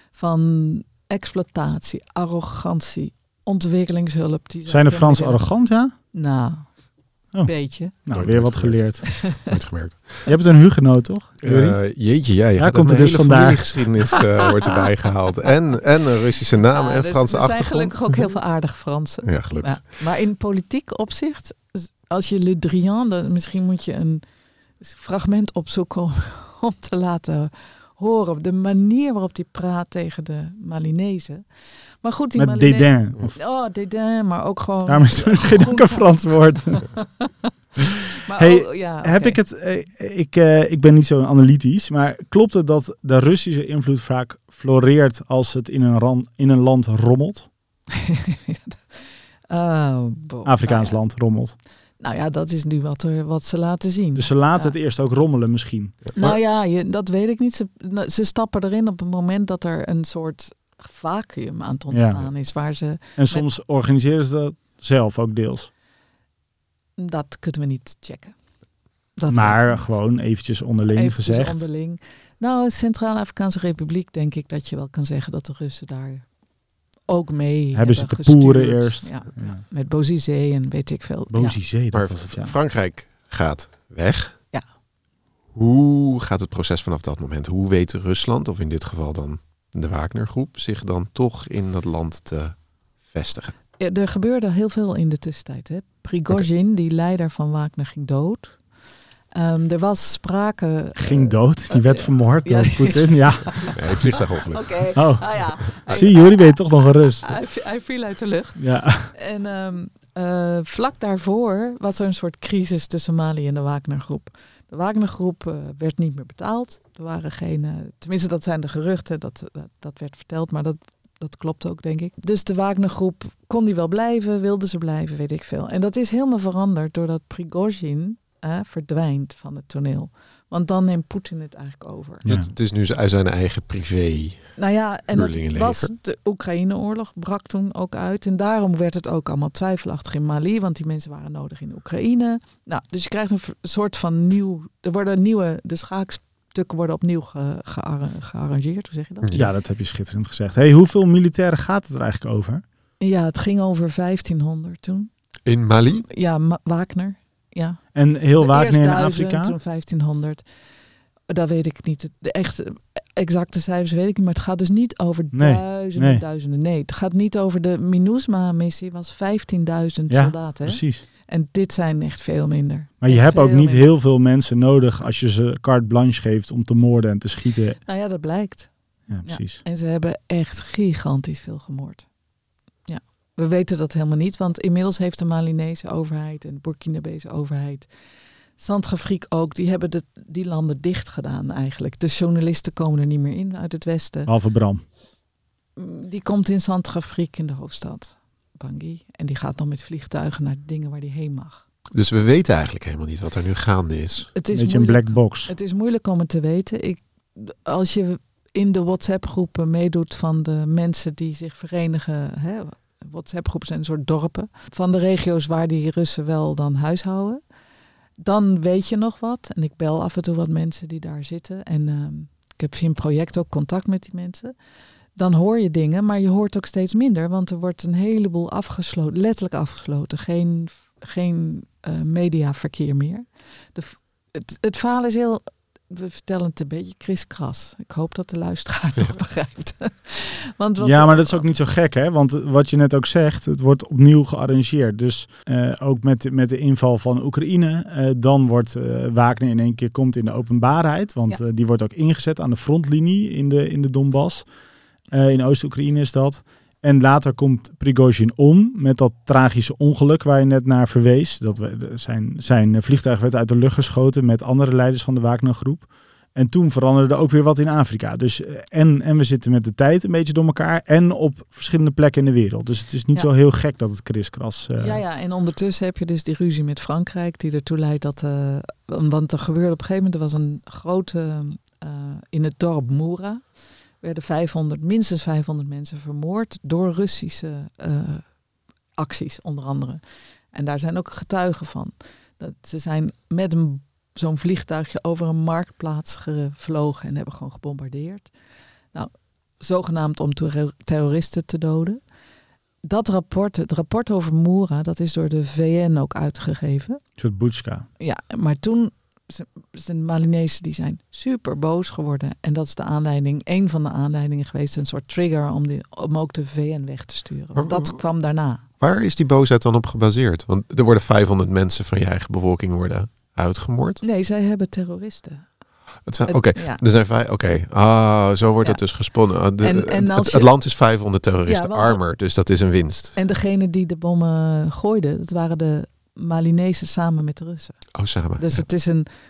van exploitatie, arrogantie, ontwikkelingshulp. Zijn de Fransen arrogant, ja? Nou, een beetje. Nou, weer wat geleerd. Nooit gemerkt. Je hebt een hugenoot, toch? Jeetje, jij. Ja, komt er dus vandaag. Familiegeschiedenis wordt erbij gehaald. En een Russische naam en Franse achtergrond. Er zijn gelukkig ook heel veel aardige Fransen. Ja, gelukkig. Ja, maar in politiek opzicht, als je Le Drian, misschien moet je een fragment opzoeken om te laten horen. De manier waarop hij praat tegen de Malinezen. Maar goed, die met dédain. Dédain, maar ook gewoon... Daarom is het geen Frans woord. Heb ik het... Ik ben niet zo analytisch, maar klopt het dat de Russische invloed vaak floreert als het in een land rommelt? Afrikaans land rommelt. Nou ja, dat is nu wat ze laten zien. Dus ze laten het eerst ook rommelen misschien? Nou ja, dat weet ik niet. Ze stappen erin op het moment dat er een soort vacuüm aan het ontstaan is. Waar ze en soms organiseren ze dat zelf ook deels? Dat kunnen we niet checken. Maar gewoon eventjes onderling gezegd. Onderling. Nou, Centraal-Afrikaanse Republiek denk ik dat je wel kan zeggen dat de Russen daar ook mee hebben ze te gestuurd. poeren eerst. Ja. Met Bozizé en weet ik veel. Bozizé, dat maar was het, ja. Frankrijk gaat weg. Ja. Hoe gaat het proces vanaf dat moment? Hoe weet Rusland, of in dit geval dan de Wagner-groep, zich dan toch in dat land te vestigen? Ja, er gebeurde heel veel in de tussentijd. Hè. Prigozhin, die leider van Wagner, ging dood. Er was sprake... Ging dood? Die werd vermoord door Poetin? Ja. Nee, vliegtuigongeluk. Oké. Ja. Zie, jullie ben je toch nog gerust. Hij viel uit de lucht. Ja. En vlak daarvoor was er een soort crisis tussen Mali en de Wagner-groep. De Wagner-groep werd niet meer betaald. Er waren geen... tenminste, dat zijn de geruchten. Dat werd verteld, maar dat klopt ook, denk ik. Dus de Wagner-groep, kon die wel blijven? Wilden ze blijven? Weet ik veel. En dat is helemaal veranderd doordat Prigozhin verdwijnt van het toneel. Want dan neemt Poetin het eigenlijk over. Ja. Het is nu zijn eigen privé. Nou ja, en dat Huurlingenleger. was de Oekraïne-oorlog, brak toen ook uit. En daarom werd het ook allemaal twijfelachtig in Mali, want die mensen waren nodig in Oekraïne. Nou, dus je krijgt een soort van de schaakstukken worden opnieuw gearrangeerd. Hoe zeg je dat? Ja, dat heb je schitterend gezegd. Hey, hoeveel militairen gaat het er eigenlijk over? Ja, het ging over 1500 toen. In Mali? Ja, Wagner. Ja. En heel Wagner in Eerst 1000, Afrika? toen 1500. Dat weet ik niet. De exacte cijfers weet ik niet. Maar het gaat dus niet over duizenden. Nee, het gaat niet over de MINUSMA-missie. Was 15.000 soldaten. Hè? Precies. En dit zijn echt veel minder. Maar je echt hebt ook niet minder. heel veel mensen nodig als je ze carte blanche geeft om te moorden en te schieten. Nou ja, dat blijkt. Ja, precies. En ze hebben echt gigantisch veel gemoord. Ja, we weten dat helemaal niet. Want inmiddels heeft de Malinese overheid en de Burkinabese overheid, Centrafrique ook, die hebben die landen dicht gedaan eigenlijk. De journalisten komen er niet meer in uit het westen. Behalve Bram. Die komt in Centrafrique in de hoofdstad, Bangui. En die gaat dan met vliegtuigen naar de dingen waar die heen mag. Dus we weten eigenlijk helemaal niet wat er nu gaande is. Het is Beetje een moeilijk. black box. Het is moeilijk om het te weten. Als je in de WhatsApp-groepen meedoet van de mensen die zich verenigen. WhatsApp-groepen zijn een soort dorpen. Van de regio's waar die Russen wel dan huishouden. Dan weet je nog wat. En ik bel af en toe wat mensen die daar zitten. En ik heb via een project ook contact met die mensen. Dan hoor je dingen, maar je hoort ook steeds minder. Want er wordt een heleboel afgesloten. Letterlijk afgesloten. Geen mediaverkeer meer. Het verhaal is heel... We vertellen het een beetje kriskras. Ik hoop dat de luisteraar het begrijpt. Maar dat is ook niet zo gek, hè? Want wat je net ook zegt, het wordt opnieuw gearrangeerd. Dus ook met de inval van Oekraïne, dan wordt Wagner in één keer komt in de openbaarheid. Want die wordt ook ingezet aan de frontlinie in de Donbass. In Oost-Oekraïne is dat. En later komt Prigozhin om met dat tragische ongeluk waar je net naar verwees. Dat zijn vliegtuig werd uit de lucht geschoten met andere leiders van de Wagner-groep. En toen veranderde er ook weer wat in Afrika. Dus, en we zitten met de tijd een beetje door elkaar en op verschillende plekken in de wereld. Dus het is niet zo heel gek dat het kriskras... Ja, en ondertussen heb je dus die ruzie met Frankrijk die ertoe leidt dat... want er gebeurde op een gegeven moment, er was een grote... in het dorp Moura werden minstens 500 mensen vermoord door Russische acties, onder andere. En daar zijn ook getuigen van. Dat ze zijn met zo'n vliegtuigje over een marktplaats gevlogen en hebben gewoon gebombardeerd. Nou, zogenaamd om terroristen te doden. Het rapport over Moura, dat is door de VN ook uitgegeven. Een soort Butska. Ja, maar toen... De Malinezen die zijn super boos geworden. En dat is een van de aanleidingen geweest. Een soort trigger om ook de VN weg te sturen. Want dat kwam daarna. Waar is die boosheid dan op gebaseerd? Want er worden 500 mensen van je eigen bevolking worden uitgemoord. Nee, zij hebben terroristen. Er zijn Oké. Zo wordt het dus gesponnen. Het land is 500 terroristen armer, dus dat is een winst. En degene die de bommen gooiden, dat waren de Malinezen samen met de Russen. Oh, samen. Dus het is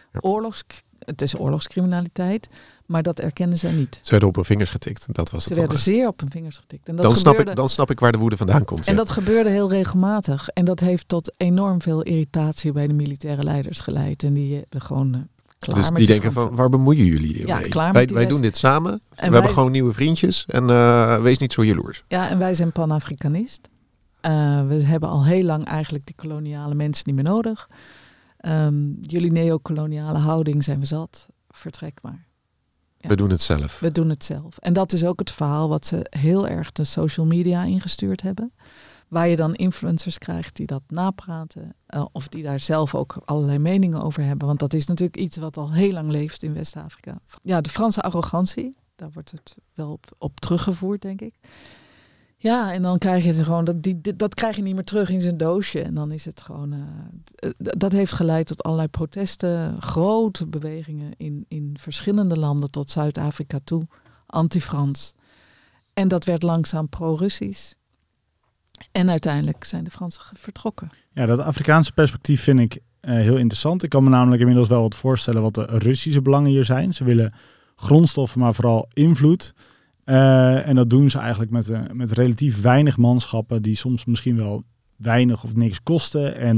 oorlogscriminaliteit, maar dat erkennen zij niet. Ze werden op hun vingers getikt. Dat was Ze het werden zeer op hun vingers getikt. En dan snap ik waar de woede vandaan komt. En dat gebeurde heel regelmatig. En dat heeft tot enorm veel irritatie bij de militaire leiders geleid. En die hebben gewoon klaar dus met die denken van, waar bemoeien jullie mee? Ja, klaar met wij doen dit samen. En we hebben gewoon nieuwe vriendjes. En wees niet zo jaloers. Ja, en wij zijn Pan-Afrikanist. We hebben al heel lang eigenlijk die koloniale mensen niet meer nodig. Jullie neocoloniale houding zijn we zat. Vertrek maar. Ja. We doen het zelf. We doen het zelf. En dat is ook het verhaal wat ze heel erg de social media ingestuurd hebben. Waar je dan influencers krijgt die dat napraten. Of die daar zelf ook allerlei meningen over hebben. Want dat is natuurlijk iets wat al heel lang leeft in West-Afrika. Ja, de Franse arrogantie. Daar wordt het wel op teruggevoerd, denk ik. Ja, en dan krijg je er gewoon, dat krijg je niet meer terug in zijn doosje. En dan is het gewoon, dat heeft geleid tot allerlei protesten, grote bewegingen in verschillende landen tot Zuid-Afrika toe, anti-Frans. En dat werd langzaam pro-Russisch. En uiteindelijk zijn de Fransen vertrokken. Ja, dat Afrikaanse perspectief vind ik heel interessant. Ik kan me namelijk inmiddels wel wat voorstellen wat de Russische belangen hier zijn. Ze willen grondstoffen, maar vooral invloed. En dat doen ze eigenlijk met relatief weinig manschappen die soms misschien wel weinig of niks kosten. En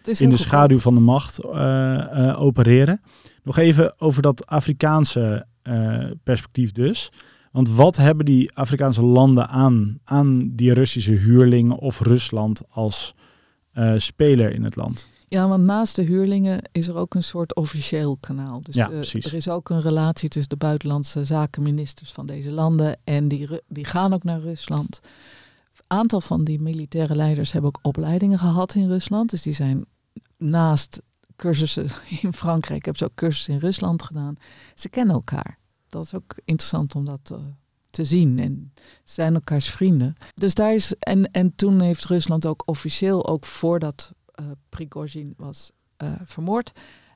is in de heel schaduw van de macht opereren. Nog even over dat Afrikaanse perspectief dus. Want wat hebben die Afrikaanse landen aan die Russische huurlingen of Rusland als speler in het land? Ja, want naast de huurlingen is er ook een soort officieel kanaal. Dus Ja, precies. er is ook een relatie tussen de buitenlandse zakenministers van deze landen en die gaan ook naar Rusland. Een aantal van die militaire leiders hebben ook opleidingen gehad in Rusland. Dus die zijn naast cursussen in Frankrijk, hebben ze ook cursussen in Rusland gedaan. Ze kennen elkaar. Dat is ook interessant om dat te zien. En ze zijn elkaars vrienden. Dus daar is en toen heeft Rusland ook officieel, ook voordat Prigozhin was vermoord,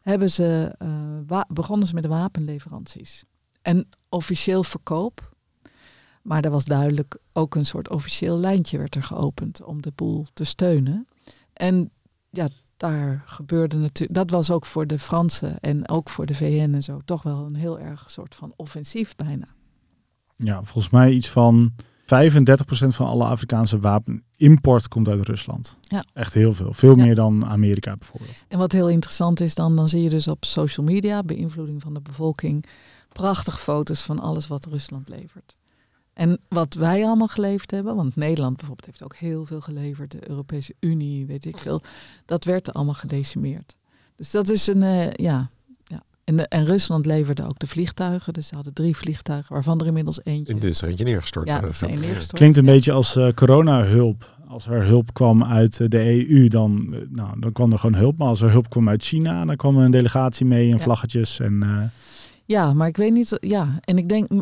begonnen ze met de wapenleveranties. En officieel verkoop. Maar er was duidelijk ook een soort officieel lijntje werd er geopend om de boel te steunen. En ja, daar gebeurde natuurlijk, dat was ook voor de Fransen en ook voor de VN en zo, toch wel een heel erg soort van offensief bijna. Ja, volgens mij iets van 35% van alle Afrikaanse wapenimport komt uit Rusland. Ja. Echt heel veel. Veel meer dan Amerika bijvoorbeeld. En wat heel interessant is dan zie je dus op social media, beïnvloeding van de bevolking, prachtige foto's van alles wat Rusland levert. En wat wij allemaal geleverd hebben, want Nederland bijvoorbeeld heeft ook heel veel geleverd, de Europese Unie, weet ik veel, dat werd allemaal gedecimeerd. Dus dat is ja. En Rusland leverde ook de vliegtuigen, dus ze hadden 3 vliegtuigen, waarvan er inmiddels eentje. Het is er eentje neergestort. Ja, zijn neergestort. Klinkt een beetje als coronahulp. Als er hulp kwam uit de EU, dan kwam er gewoon hulp. Maar als er hulp kwam uit China, dan kwam er een delegatie mee en vlaggetjes. En, Ja, maar ik weet niet. Ja, en ik denk,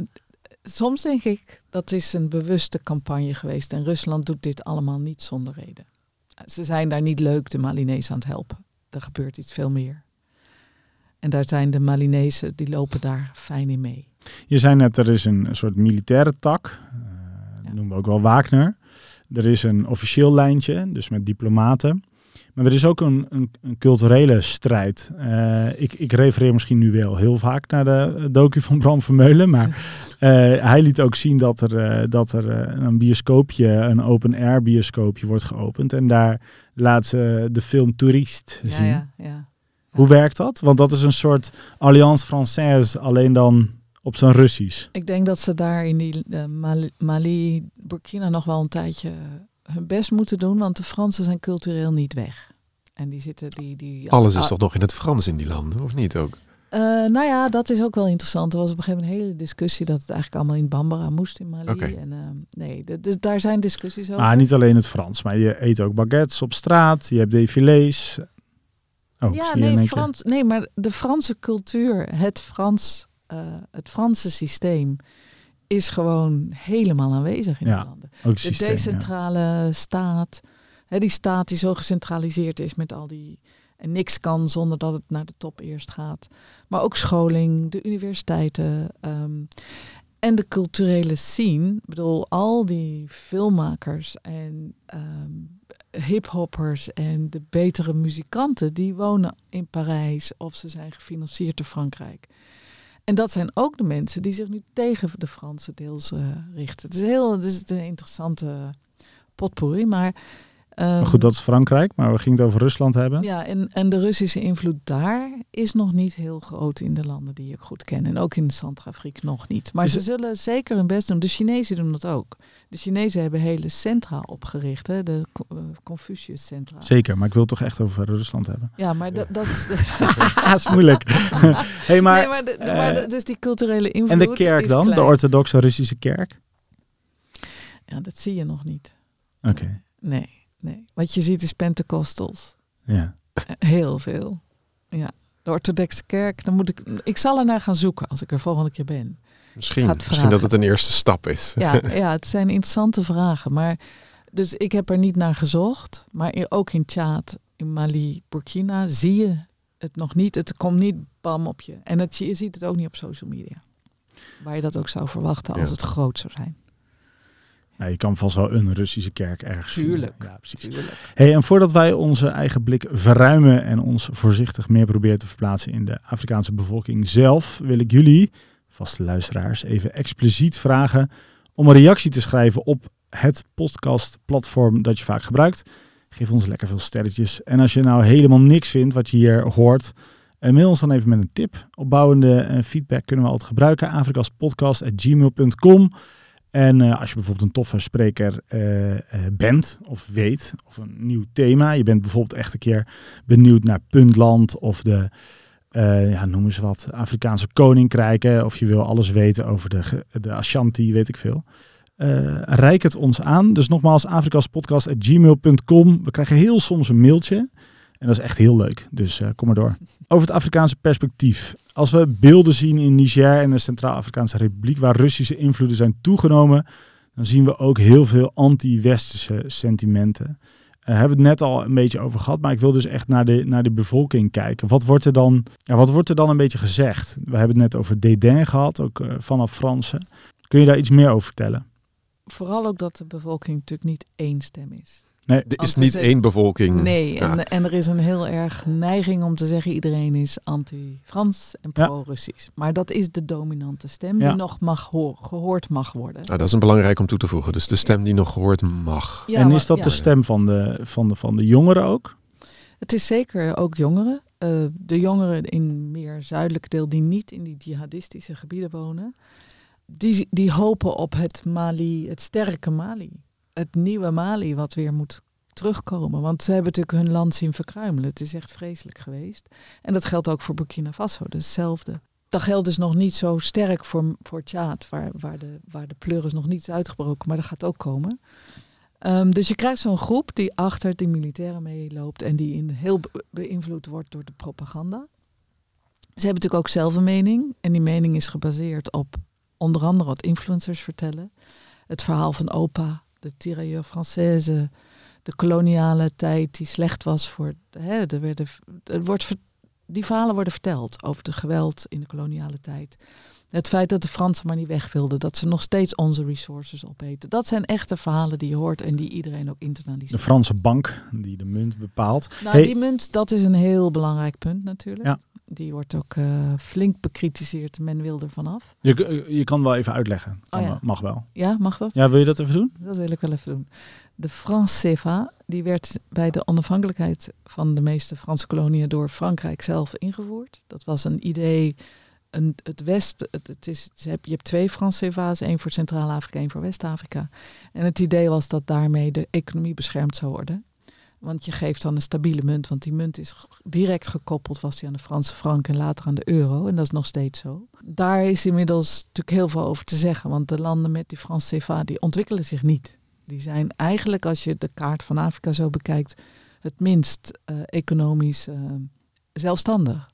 soms denk ik, dat is een bewuste campagne geweest. En Rusland doet dit allemaal niet zonder reden. Ze zijn daar niet leuk de Malinezen aan het helpen. Er gebeurt iets veel meer. En daar zijn de Malinezen, die lopen daar fijn in mee. Je zei net, er is een soort militaire tak. Dat noemen we ook wel Wagner. Er is een officieel lijntje, dus met diplomaten. Maar er is ook een culturele strijd. Ik refereer misschien nu wel heel vaak naar de docu van Bram Vermeulen. Maar hij liet ook zien dat er een bioscoopje, een open-air bioscoopje wordt geopend. En daar laat ze de film Tourist zien. Ja. Hoe werkt dat? Want dat is een soort Alliance Française, alleen dan op zijn Russisch. Ik denk dat ze daar in die Mali, Burkina nog wel een tijdje hun best moeten doen. Want de Fransen zijn cultureel niet weg. En die zitten... Alles is toch nog in het Frans in die landen, of niet ook? Nou ja, dat is ook wel interessant. Er was op een gegeven moment een hele discussie dat het eigenlijk allemaal in Bambara moest in Mali. Okay. En dus daar zijn discussies over. Niet alleen het Frans, maar je eet ook baguettes op straat. Je hebt défilés. Maar de Franse cultuur, het Franse systeem is gewoon helemaal aanwezig in de landen. Ook de systeem, decentrale staat, die staat die zo gecentraliseerd is met al die... En niks kan zonder dat het naar de top eerst gaat. Maar ook scholing, de universiteiten en de culturele scene. Ik bedoel, al die filmmakers en hiphoppers en de betere muzikanten, die wonen in Parijs of ze zijn gefinancierd door Frankrijk. En dat zijn ook de mensen die zich nu tegen de Fransen deels richten. Het is een interessante potpourri, maar goed, dat is Frankrijk, maar we gingen het over Rusland hebben. Ja, en de Russische invloed daar is nog niet heel groot in de landen die ik goed ken. En ook in Centrafrique nog niet. Maar ze zullen zeker hun best doen. De Chinezen doen dat ook. De Chinezen hebben hele centra opgericht, hè? De Confucius-centra. Zeker, maar ik wil het toch echt over Rusland hebben. Ja, maar dat is... Dat is moeilijk. Dus die culturele invloed. En de kerk dan? Klein. De orthodoxe Russische kerk? Ja, dat zie je nog niet. Oké. Nee. Wat je ziet is Pentecostals. Ja. Heel veel. Ja. De orthodoxe kerk, dan moet ik zal er naar gaan zoeken als ik er volgende keer ben. Misschien dat het een eerste stap is. Ja, het zijn interessante vragen. Maar dus ik heb er niet naar gezocht. Maar ook in Tjaad, in Mali, Burkina zie je het nog niet. Het komt niet bam op je. En je ziet het ook niet op social media. Waar je dat ook zou verwachten als het groot zou zijn. Ja, je kan vast wel een Russische kerk ergens Tuurlijk. vinden. Ja, precies. Hey, en voordat wij onze eigen blik verruimen en ons voorzichtig meer proberen te verplaatsen in de Afrikaanse bevolking zelf, wil ik jullie, vaste luisteraars, even expliciet vragen om een reactie te schrijven op het podcastplatform dat je vaak gebruikt. Geef ons lekker veel sterretjes. En als je nou helemaal niks vindt wat je hier hoort, mail ons dan even met een tip. Opbouwende feedback kunnen we altijd gebruiken. afrikaspodcast@gmail.com. En als je bijvoorbeeld een toffe spreker bent of weet, of een nieuw thema. Je bent bijvoorbeeld echt een keer benieuwd naar Puntland of de, noem eens wat, Afrikaanse koninkrijken. Of je wil alles weten over de Ashanti, weet ik veel. Reik het ons aan. Dus nogmaals, afrikaspodcast@gmail.com. We krijgen heel soms een mailtje. En dat is echt heel leuk. Dus kom maar door. Over het Afrikaanse perspectief. Als we beelden zien in Niger en de Centraal-Afrikaanse Republiek, waar Russische invloeden zijn toegenomen, dan zien we ook heel veel anti-westerse sentimenten. Hebben we het net al een beetje over gehad, maar ik wil dus echt naar de bevolking kijken. Wat wordt er dan een beetje gezegd? We hebben het net over dédain gehad, ook vanaf Fransen. Kun je daar iets meer over vertellen? Vooral ook dat de bevolking natuurlijk niet één stem is. Nee, Er is niet één bevolking. Nee, Ja. en er is een heel erg neiging om te zeggen iedereen is anti-Frans en pro-Russisch. Maar dat is de dominante stem die nog gehoord mag worden. Nou, dat is een belangrijk om toe te voegen. Dus de stem die nog gehoord mag. Ja, en maar- is dat ja. de stem van de jongeren ook? Het is zeker ook jongeren. De jongeren in meer zuidelijke deel die niet in die jihadistische gebieden wonen, die hopen op het Mali, het sterke Mali. Het nieuwe Mali wat weer moet terugkomen. Want ze hebben natuurlijk hun land zien verkruimelen. Het is echt vreselijk geweest. En dat geldt ook voor Burkina Faso. Dat is hetzelfde. Dat geldt dus nog niet zo sterk voor Tjaad, waar de pleur is nog niet is uitgebroken. Maar dat gaat ook komen. Dus je krijgt zo'n groep die achter die militairen meeloopt en die heel beïnvloed wordt door de propaganda. Ze hebben natuurlijk ook zelf een mening. En die mening is gebaseerd op onder andere wat influencers vertellen. Het verhaal van opa, de tirailleur Française, de koloniale tijd die slecht was voor... Die verhalen worden verteld over de geweld in de koloniale tijd. Het feit dat de Fransen maar niet weg wilden, dat ze nog steeds onze resources opeten. Dat zijn echte verhalen die je hoort en die iedereen ook internaliseert. De Franse bank die de munt bepaalt. Nou, die munt, dat is een heel belangrijk punt natuurlijk. Ja. Die wordt ook flink bekritiseerd. Men wil er vanaf. Je kan wel even uitleggen. Ja. Mag wel. Ja, mag dat? Ja, wil je dat even doen? Dat wil ik wel even doen. De franc CFA, die werd bij de onafhankelijkheid van de meeste Franse koloniën door Frankrijk zelf ingevoerd. Dat was een idee. Je hebt 2 franc CFA's, 1 voor Centraal-Afrika, 1 voor West-Afrika. En het idee was dat daarmee de economie beschermd zou worden. Want je geeft dan een stabiele munt, want die munt is direct gekoppeld, was die aan de Franse frank en later aan de euro. En dat is nog steeds zo. Daar is inmiddels natuurlijk heel veel over te zeggen, want de landen met die franc CFA, die ontwikkelen zich niet. Die zijn eigenlijk, als je de kaart van Afrika zo bekijkt, het minst economisch zelfstandig.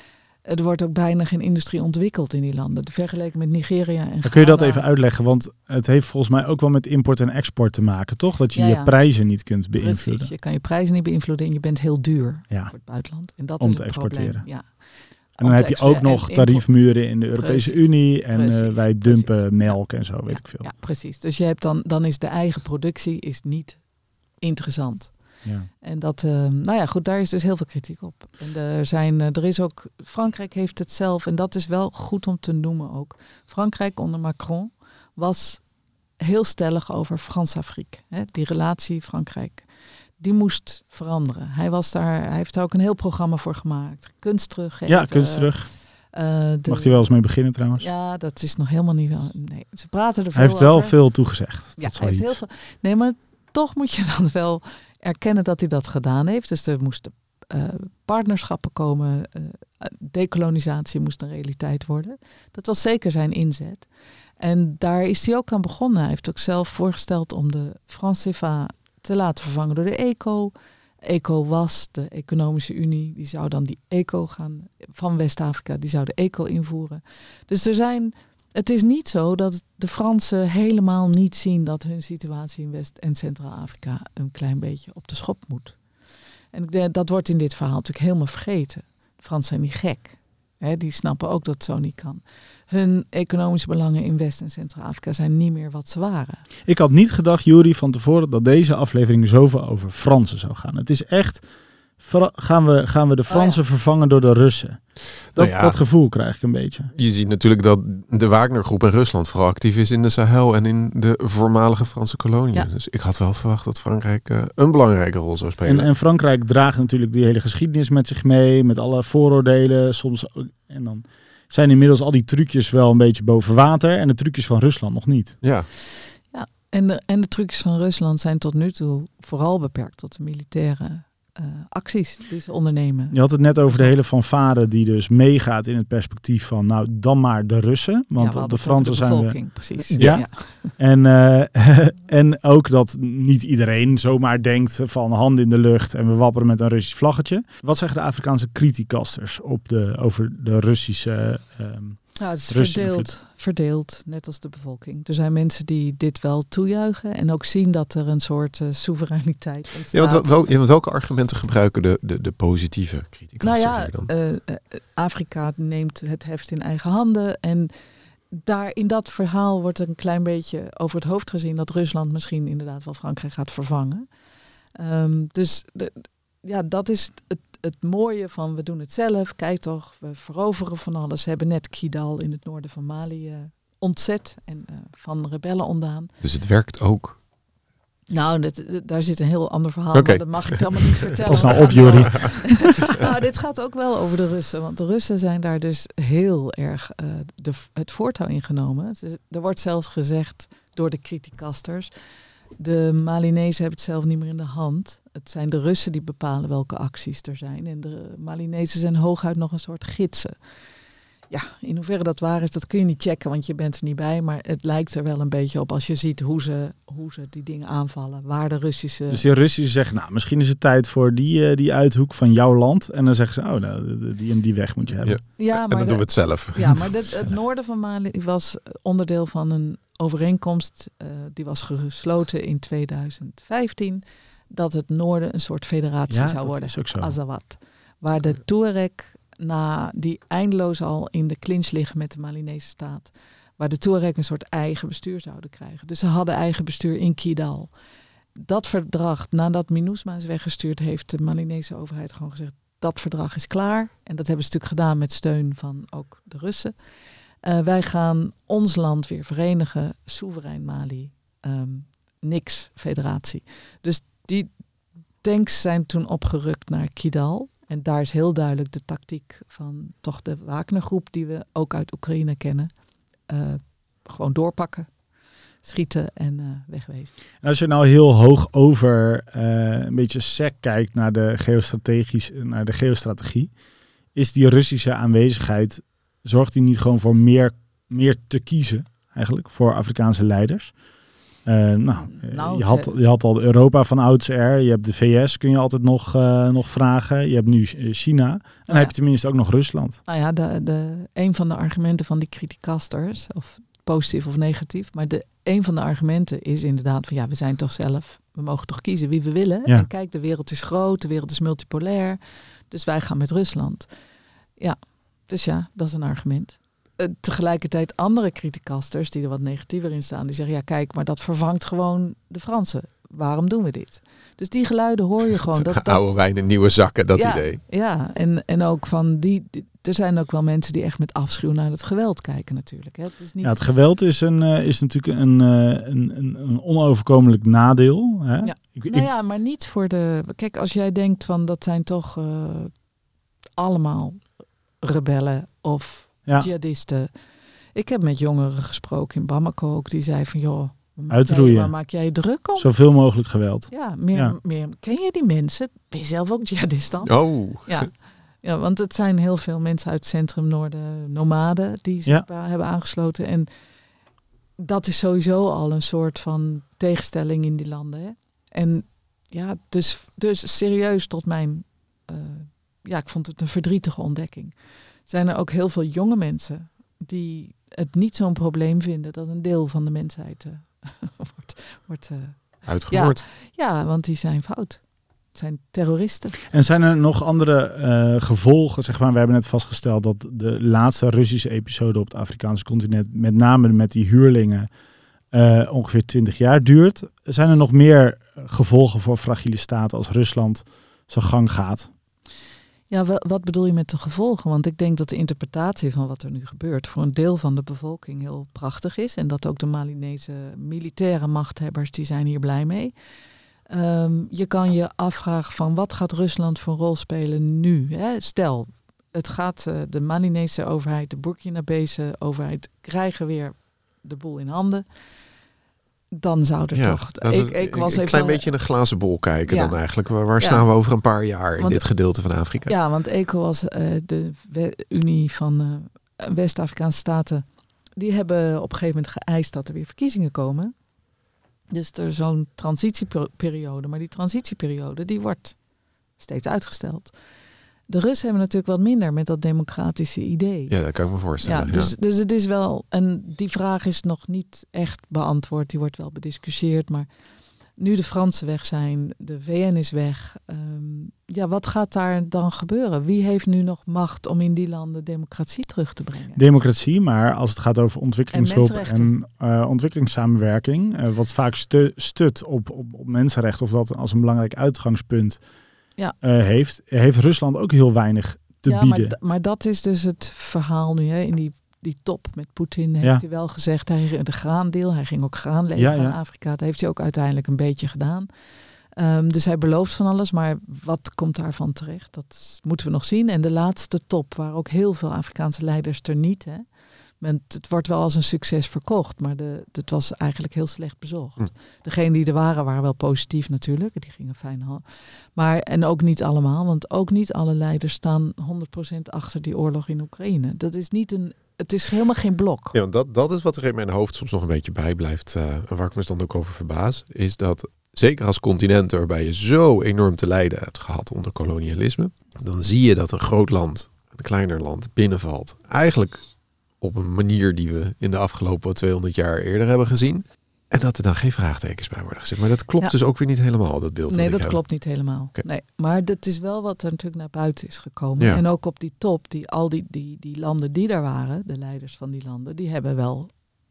Er wordt ook bijna geen industrie ontwikkeld in die landen. Vergeleken met Nigeria en Ghana. Kun je dat even uitleggen? Want het heeft volgens mij ook wel met import en export te maken, toch? Dat je je prijzen niet kunt beïnvloeden. Precies, je kan je prijzen niet beïnvloeden en je bent heel duur voor het buitenland. En dat om is te het exporteren. probleem. Ja. En dan heb je ook nog tariefmuren in de Europese Unie. En wij dumpen melk en zo, weet ik veel. Ja, precies. Dus je hebt dan is de eigen productie is niet interessant. Ja. En dat, goed, daar is dus heel veel kritiek op. En er is ook, Frankrijk heeft het zelf, en dat is wel goed om te noemen ook. Frankrijk onder Macron was heel stellig over Frans-Afrique. Die relatie Frankrijk, die moest veranderen. Hij heeft daar ook een heel programma voor gemaakt. Kunst teruggeven. Ja, kunst terug. Mag hij wel eens mee beginnen trouwens? Ja, dat is nog helemaal niet wel. Nee, ze praten er veel over. Hij heeft wel veel toegezegd. Ja, hij heeft heel veel. Nee, maar toch moet je dan wel erkennen dat hij dat gedaan heeft. Dus er moesten partnerschappen komen. Dekolonisatie moest een realiteit worden. Dat was zeker zijn inzet. En daar is hij ook aan begonnen. Hij heeft ook zelf voorgesteld om de franc CFA te laten vervangen door de ECO. ECO was de Economische Unie. Die zou dan die ECO gaan van West-Afrika. Die zou de ECO invoeren. Dus het is niet zo dat de Fransen helemaal niet zien dat hun situatie in West- en Centraal-Afrika een klein beetje op de schop moet. En dat wordt in dit verhaal natuurlijk helemaal vergeten. De Fransen zijn niet gek. Die snappen ook dat het zo niet kan. Hun economische belangen in West- en Centraal-Afrika zijn niet meer wat ze waren. Ik had niet gedacht, Juri, van tevoren dat deze aflevering zoveel over Fransen zou gaan. Het is echt Gaan we de Fransen vervangen door de Russen? Dat gevoel krijg ik een beetje. Je ziet natuurlijk dat de Wagner-groep in Rusland vooral actief is in de Sahel en in de voormalige Franse koloniën. Ja. Dus ik had wel verwacht dat Frankrijk een belangrijke rol zou spelen. En Frankrijk draagt natuurlijk die hele geschiedenis met zich mee, met alle vooroordelen. Soms, en dan zijn inmiddels al die trucjes wel een beetje boven water en de trucjes van Rusland nog niet. Ja. En de trucjes van Rusland zijn tot nu toe vooral beperkt tot de militaire acties die ze ondernemen. Je had het net over de hele fanfare die dus meegaat in het perspectief van nou dan maar de Russen. Want de Fransen zijn we... Precies. Ja. En ook dat niet iedereen zomaar denkt van handen in de lucht en we wapperen met een Russisch vlaggetje. Wat zeggen de Afrikaanse criticasters over de Russische... het is verdeeld, net als de bevolking. Er zijn mensen die dit wel toejuichen en ook zien dat er een soort soevereiniteit ontstaat. Ja, want welke argumenten gebruiken de positieve criticasters dan? Afrika neemt het heft in eigen handen en daar in dat verhaal wordt een klein beetje over het hoofd gezien dat Rusland misschien inderdaad wel Frankrijk gaat vervangen. Dat is het mooie van we doen het zelf. Kijk toch, we veroveren van alles. Ze hebben net Kidal in het noorden van Mali ontzet en van rebellen ontdaan. Dus het werkt ook? Nou, daar zit een heel ander verhaal. Maar dat mag ik helemaal niet vertellen. Pas nou op, Jori. Dit gaat ook wel over de Russen. Want de Russen zijn daar dus heel erg het voortouw in genomen. Er wordt zelfs gezegd door de criticasters... De Malinezen hebben het zelf niet meer in de hand. Het zijn de Russen die bepalen welke acties er zijn. En de Malinezen zijn hooguit nog een soort gidsen. Ja, in hoeverre dat waar is, dat kun je niet checken, want je bent er niet bij. Maar het lijkt er wel een beetje op als je ziet hoe ze die dingen aanvallen. Waar de Russische... Dus de Russen zeggen, nou, misschien is het tijd voor die uithoek van jouw land. En dan zeggen ze, die en die weg moet je hebben. Ja, maar en dan doen we het zelf. Ja, maar het noorden van Mali was onderdeel van een overeenkomst. Die was gesloten in 2015. Dat het noorden een soort federatie zou worden. Is ook zo. Azawad. Waar de Tuareg... die eindeloos al in de clinch liggen met de Malinese staat. Waar de Tuareg een soort eigen bestuur zouden krijgen. Dus ze hadden eigen bestuur in Kidal. Dat verdrag, nadat MINUSMA is weggestuurd, heeft de Malinese overheid gewoon gezegd, dat verdrag is klaar. En dat hebben ze natuurlijk gedaan met steun van ook de Russen. Wij gaan ons land weer verenigen, soeverein Mali, niks federatie. Dus die tanks zijn toen opgerukt naar Kidal. En daar is heel duidelijk de tactiek van toch de Wagner-groep die we ook uit Oekraïne kennen. Gewoon doorpakken, schieten en wegwezen. En als je nou heel hoog over een beetje sec kijkt naar de geostrategie, is die Russische aanwezigheid, zorgt die niet gewoon voor meer te kiezen eigenlijk voor Afrikaanse leiders? Je had al Europa van oudsher. Je hebt de VS, kun je altijd nog vragen. Je hebt nu China. En dan heb je tenminste ook nog Rusland. Nou ja, een van de argumenten van die criticasters, of positief of negatief, maar een van de argumenten is inderdaad van we zijn toch zelf, we mogen toch kiezen wie we willen. Ja. En kijk, de wereld is groot, de wereld is multipolair. Dus wij gaan met Rusland. Ja, dus dat is een argument. Tegelijkertijd andere criticasters die er wat negatiever in staan, die zeggen kijk, maar dat vervangt gewoon de Fransen. Waarom doen we dit? Dus die geluiden hoor je gewoon. Dat oude wijn in nieuwe zakken, dat idee. Ja, en ook van er zijn ook wel mensen die echt met afschuw naar het geweld kijken natuurlijk. Hè. Het is niet... het geweld is natuurlijk een onoverkomelijk nadeel. Hè? Ja. Maar niet voor de... Kijk, als jij denkt van dat zijn toch allemaal rebellen of jihadisten. Ik heb met jongeren gesproken in Bamako ook. Die zei van uitroeien. Waar maak jij je druk om? Zoveel mogelijk geweld. Ja, meer. Ken je die mensen? Ben je zelf ook jihadist dan? Oh. Ja, want het zijn heel veel mensen uit het centrum Noorden, nomaden, die zich hebben aangesloten. En dat is sowieso al een soort van tegenstelling in die landen. Hè? En dus serieus tot mijn... ik vond het een verdrietige ontdekking. Zijn er ook heel veel jonge mensen die het niet zo'n probleem vinden dat een deel van de mensheid wordt uitgemoord. Ja, want die zijn fout. Het zijn terroristen. En zijn er nog andere gevolgen? Zeg maar, we hebben net vastgesteld dat de laatste Russische episode op het Afrikaanse continent, met name met die huurlingen, ongeveer 20 jaar duurt. Zijn er nog meer gevolgen voor fragiele staten als Rusland zijn gang gaat. Ja, wat bedoel je met de gevolgen? Want ik denk dat de interpretatie van wat er nu gebeurt voor een deel van de bevolking heel prachtig is. En dat ook de Malinese militaire machthebbers, die zijn hier blij mee. Je kan je afvragen van wat gaat Rusland voor rol spelen nu? Hè? Stel, het gaat de Malinese overheid, de Burkinabese overheid krijgen weer de boel in handen. Dan zou er toch... Ik was een klein beetje in een glazen bol kijken dan eigenlijk. Waar staan we over een paar jaar in dit gedeelte van Afrika? Ja, want ECOWAS, de Unie van West-Afrikaanse Staten, die hebben op een gegeven moment geëist dat er weer verkiezingen komen. Dus er is zo'n transitieperiode. Maar die transitieperiode, die wordt steeds uitgesteld. De Russen hebben natuurlijk wat minder met dat democratische idee. Ja, dat kan ik me voorstellen. Ja, dus het is wel... En die vraag is nog niet echt beantwoord. Die wordt wel bediscussieerd. Maar nu de Fransen weg zijn, de VN is weg. Wat gaat daar dan gebeuren? Wie heeft nu nog macht om in die landen democratie terug te brengen? Democratie, maar als het gaat over ontwikkelingshulp en ontwikkelingssamenwerking, wat vaak stut op mensenrechten, of dat als een belangrijk uitgangspunt heeft Rusland ook heel weinig te bieden. Maar dat is dus het verhaal nu, hè, in die top met Poetin heeft hij wel gezegd, de graandeel, hij ging ook graan leveren aan Afrika. Dat heeft hij ook uiteindelijk een beetje gedaan. Dus hij belooft van alles, maar wat komt daarvan terecht? Dat moeten we nog zien. En de laatste top, waar ook heel veel Afrikaanse leiders er niet. Hè. Het wordt wel als een succes verkocht, maar het was eigenlijk heel slecht bezocht. Degenen die er waren wel positief natuurlijk. Die gingen fijn. En ook niet allemaal, want ook niet alle leiders staan 100% achter die oorlog in Oekraïne. Dat is niet het is helemaal geen blok. Ja, want dat is wat er in mijn hoofd soms nog een beetje bij blijft. En waar ik me dan ook over verbaas, is dat zeker als continent waarbij je zo enorm te lijden hebt gehad onder kolonialisme, dan zie je dat een groot land, een kleiner land, binnenvalt. Eigenlijk op een manier die we in de afgelopen 200 jaar eerder hebben gezien. En dat er dan geen vraagtekens bij worden gezet. Maar dat klopt dus ook weer niet helemaal, dat beeld. Nee, dat klopt niet helemaal. Okay. Nee, maar dat is wel wat er natuurlijk naar buiten is gekomen. Ja. En ook op die top, al die landen die daar waren, de leiders van die landen, die hebben wel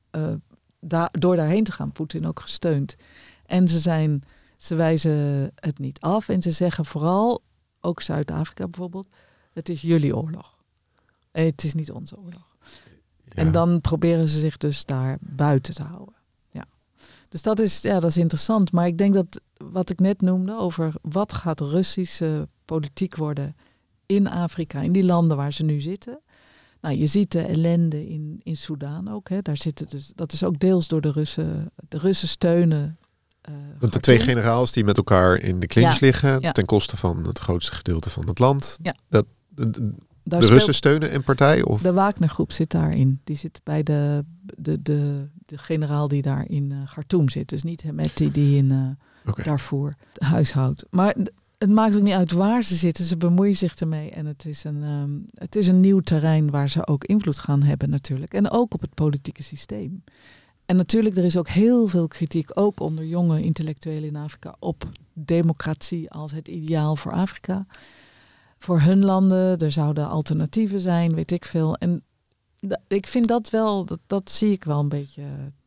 door daarheen te gaan Poetin ook gesteund. En ze wijzen het niet af. En ze zeggen vooral, ook Zuid-Afrika bijvoorbeeld, het is jullie oorlog. Het is niet onze oorlog. Ja. En dan proberen ze zich dus daar buiten te houden. Ja. Dus dat is interessant. Maar ik denk dat wat ik net noemde over wat gaat Russische politiek worden in Afrika, in die landen waar ze nu zitten. Nou, je ziet de ellende in Soedan ook. Hè. Daar zitten dus, dat is ook deels door de Russen. De Russen steunen. Want de twee generaals die met elkaar in de clinch liggen, ten koste van het grootste gedeelte van het land. Ja. De Russen steunen een partij? Of? De Wagner-groep zit daarin. Die zit bij de generaal die daar in Khartoum zit. Dus niet Hemeti die in Darfur huishoudt. Maar het maakt ook niet uit waar ze zitten. Ze bemoeien zich ermee. En het is een nieuw terrein waar ze ook invloed gaan hebben natuurlijk. En ook op het politieke systeem. En natuurlijk, er is ook heel veel kritiek, ook onder jonge intellectuelen in Afrika, op democratie als het ideaal voor Afrika. Voor hun landen, er zouden alternatieven zijn, weet ik veel. En ik vind dat wel, dat zie ik wel een beetje,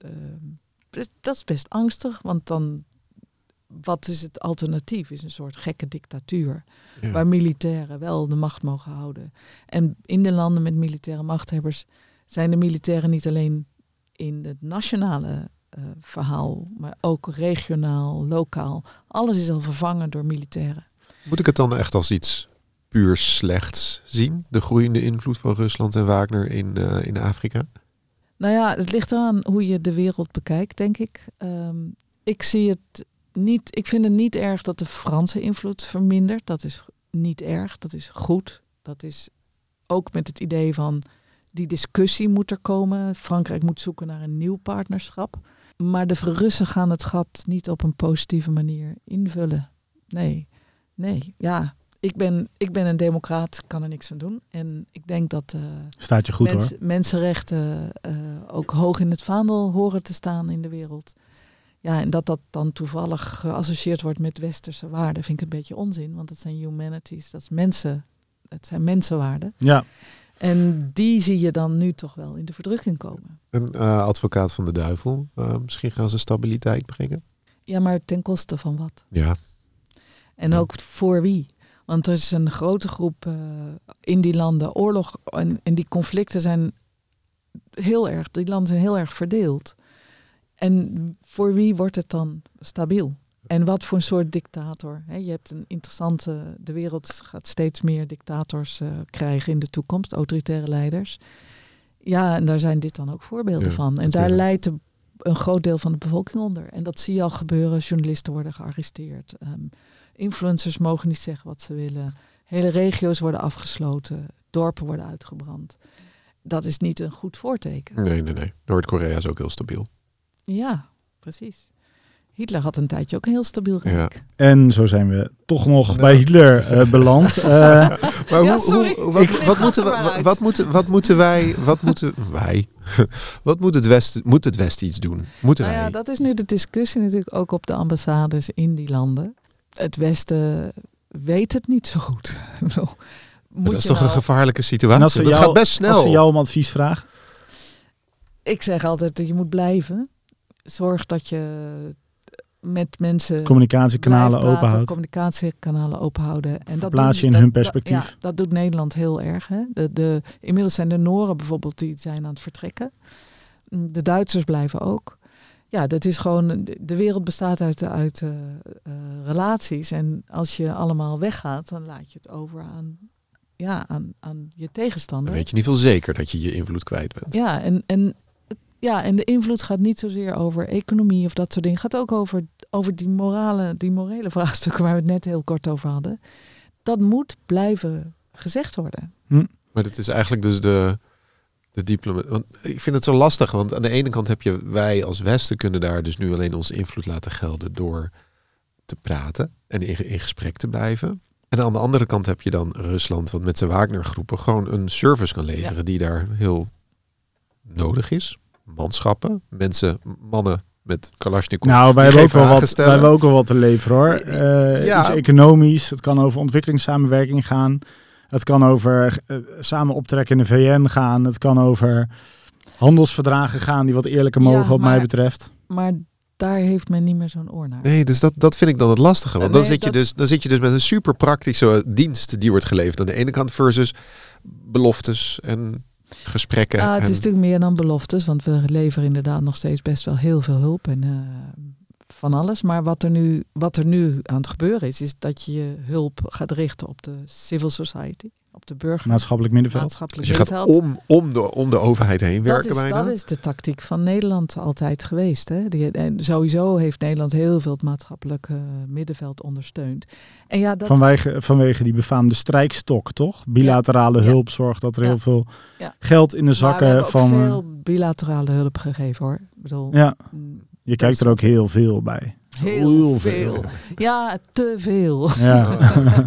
dat is best angstig. Want dan, wat is het alternatief? Is een soort gekke dictatuur, waar militairen wel de macht mogen houden. En in de landen met militaire machthebbers zijn de militairen niet alleen in het nationale verhaal, maar ook regionaal, lokaal. Alles is al vervangen door militairen. Moet ik het dan echt als iets puur slechts zien? De groeiende invloed van Rusland en Wagner in Afrika? Nou ja, het ligt eraan hoe je de wereld bekijkt, denk ik. Ik zie het niet. Ik vind het niet erg dat de Franse invloed vermindert. Dat is niet erg. Dat is goed. Dat is ook met het idee van die discussie moet er komen. Frankrijk moet zoeken naar een nieuw partnerschap. Maar de Russen gaan het gat niet op een positieve manier invullen. Nee. Ja, ik ben een democraat, kan er niks aan doen. En ik denk dat staat je goed, hoor. Mensenrechten ook hoog in het vaandel horen te staan in de wereld. Ja, en dat dan toevallig geassocieerd wordt met westerse waarden, vind ik een beetje onzin. Want het zijn humanities, dat is mensen. Het zijn mensenwaarden. Ja. En die zie je dan nu toch wel in de verdrukking komen. Een advocaat van de duivel. Misschien gaan ze stabiliteit brengen. Ja, maar ten koste van wat? Ja. En ook voor wie? Want er is een grote groep in die landen oorlog en die conflicten zijn die landen zijn heel erg verdeeld. En voor wie wordt het dan stabiel? En wat voor een soort dictator? Je hebt een interessante... De wereld gaat steeds meer dictators krijgen in de toekomst, autoritaire leiders. Ja, en daar zijn dit dan ook voorbeelden van. En daar leidt een groot deel van de bevolking onder. En dat zie je al gebeuren. Journalisten worden gearresteerd. Influencers mogen niet zeggen wat ze willen. Hele regio's worden afgesloten. Dorpen worden uitgebrand. Dat is niet een goed voorteken. Nee. Noord-Korea is ook heel stabiel. Ja, precies. Hitler had een tijdje ook een heel stabiel rijk. Ja. En zo zijn we toch nog bij Hitler beland. Maar wat moet het Westen iets doen? Ja, dat is nu de discussie natuurlijk ook op de ambassades in die landen. Het Westen weet het niet zo goed. Dat is toch een gevaarlijke situatie? Dat gaat best snel. Als ze jou om advies vragen? Ik zeg altijd dat je moet blijven. Zorg dat je met mensen communicatiekanalen openhouden. En plaats je in hun perspectief. Dat doet Nederland heel erg. Hè? Inmiddels zijn de Noren bijvoorbeeld, die zijn aan het vertrekken. De Duitsers blijven ook. Ja, dat is gewoon, de wereld bestaat uit relaties. En als je allemaal weggaat, dan laat je het over aan je tegenstander. Dan weet je niet veel zeker dat je je invloed kwijt bent. Ja, en de invloed gaat niet zozeer over economie of dat soort dingen. Het gaat ook over die morele vraagstukken waar we het net heel kort over hadden. Dat moet blijven gezegd worden. Maar dat is eigenlijk dus de diplomatie. Want ik vind het zo lastig, want aan de ene kant heb je, wij als Westen kunnen daar dus nu alleen onze invloed laten gelden door te praten en in gesprek te blijven. En aan de andere kant heb je dan Rusland, wat met zijn Wagner-groepen gewoon een service kan leveren die daar heel nodig is. Manschappen, mannen met Kalashnikov. Nou, wij hebben ook wel wat te leveren hoor. Iets economisch, het kan over ontwikkelingssamenwerking gaan. Het kan over samen optrekken in de VN gaan. Het kan over handelsverdragen gaan die wat eerlijker mogen wat mij betreft. Maar daar heeft men niet meer zo'n oor naar. Nee, dus dat vind ik dan het lastige. Want dan zit je dus met een super praktische dienst die wordt geleverd aan de ene kant versus beloftes en gesprekken. Het is natuurlijk meer dan beloftes, want we leveren inderdaad nog steeds best wel heel veel hulp en van alles. Maar wat er nu aan het gebeuren is dat je je hulp gaat richten op de civil society, op de burger. Maatschappelijk middenveld. Dus je gaat om de overheid heen werken bijna. Dat is de tactiek van Nederland altijd geweest. Hè? En sowieso heeft Nederland heel veel het maatschappelijke middenveld ondersteund. En ja, vanwege die befaamde strijkstok, toch? Bilaterale hulp zorgt dat er heel veel geld in de zakken van... We hebben ook veel bilaterale hulp gegeven hoor. Ik bedoel, je kijkt er ook heel veel bij. Heel veel. Ja, te veel. Ja.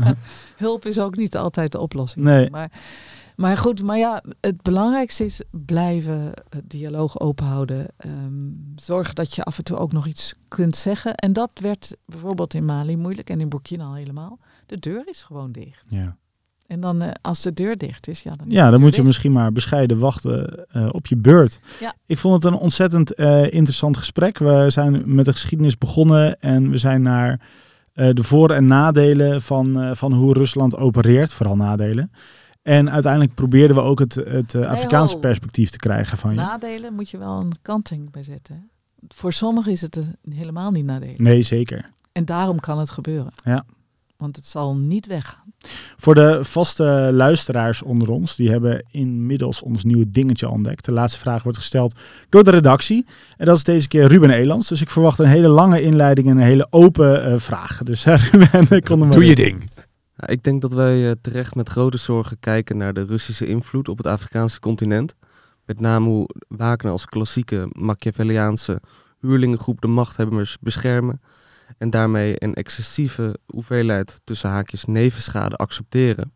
Hulp is ook niet altijd de oplossing. Nee. Maar goed, het belangrijkste is blijven dialoog openhouden. Zorgen dat je af en toe ook nog iets kunt zeggen. En dat werd bijvoorbeeld in Mali moeilijk en in Burkina al helemaal. De deur is gewoon dicht. Ja. En dan als de deur dicht is, dan moet je misschien maar bescheiden wachten op je beurt. Ja. Ik vond het een ontzettend interessant gesprek. We zijn met de geschiedenis begonnen en we zijn naar de voor- en nadelen van hoe Rusland opereert, vooral nadelen. En uiteindelijk probeerden we ook het Afrikaanse perspectief te krijgen van je. Nadelen moet je wel een kanting bij zetten. Hè? Voor sommigen is het helemaal niet nadelig. Nee, zeker. En daarom kan het gebeuren. Ja. Want het zal niet weggaan. Voor de vaste luisteraars onder ons, die hebben inmiddels ons nieuwe dingetje ontdekt. De laatste vraag wordt gesteld door de redactie. En dat is deze keer Ruben Elands. Dus ik verwacht een hele lange inleiding en een hele open vraag. Dus Ruben, kom er maar doe je ding. Ja, ik denk dat wij terecht met grote zorgen kijken naar de Russische invloed op het Afrikaanse continent. Met name hoe Wagner als klassieke Machiavelliaanse huurlingengroep de machthebbers beschermen. En daarmee een excessieve hoeveelheid tussen haakjes nevenschade accepteren.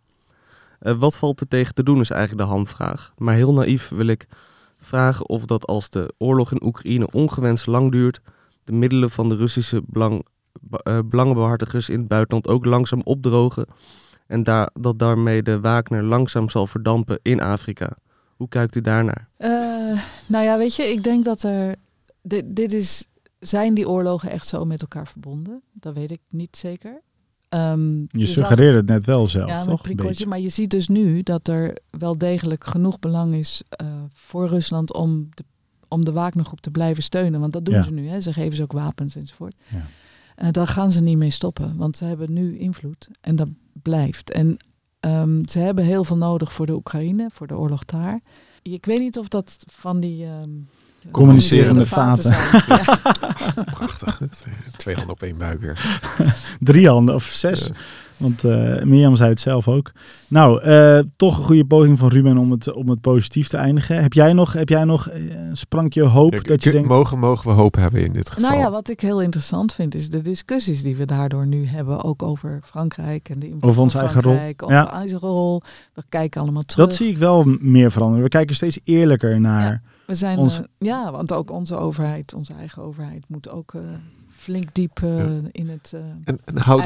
Wat valt er tegen te doen is eigenlijk de hamvraag. Maar heel naïef wil ik vragen of dat als de oorlog in Oekraïne ongewenst lang duurt, de middelen van de Russische belangenbehartigers in het buitenland ook langzaam opdrogen. En dat daarmee de Wagner langzaam zal verdampen in Afrika. Hoe kijkt u daarnaar? Weet je, ik denk dat zijn die oorlogen echt zo met elkaar verbonden? Dat weet ik niet zeker. Je suggereerde het net wel zelf, ja, toch? Prigozhin, maar je ziet dus nu dat er wel degelijk genoeg belang is voor Rusland om de Wagnergroep te blijven steunen. Want dat doen ze nu. Hè. Ze geven ze ook wapens enzovoort. Ja. Daar gaan ze niet mee stoppen. Want ze hebben nu invloed. En dat blijft. En ze hebben heel veel nodig voor de Oekraïne. Voor de oorlog daar. Ik weet niet of dat van die... communicerende vaten. Ja. Prachtig. 2 handen op 1 buik weer. 3 handen of 6. Ja. Want Mirjam zei het zelf ook. Nou, toch een goede poging van Ruben om het positief te eindigen. Heb jij nog een sprankje hoop dat je denkt... Mogen we hoop hebben in dit geval? Nou ja, wat ik heel interessant vind is de discussies die we daardoor nu hebben. Ook over Frankrijk en de invloed over onze eigen rol. Over onze eigen rol. We kijken allemaal terug. Dat zie ik wel meer veranderen. We kijken steeds eerlijker naar... Ja. We zijn, want ook onze overheid, onze eigen overheid, moet ook flink diep in het en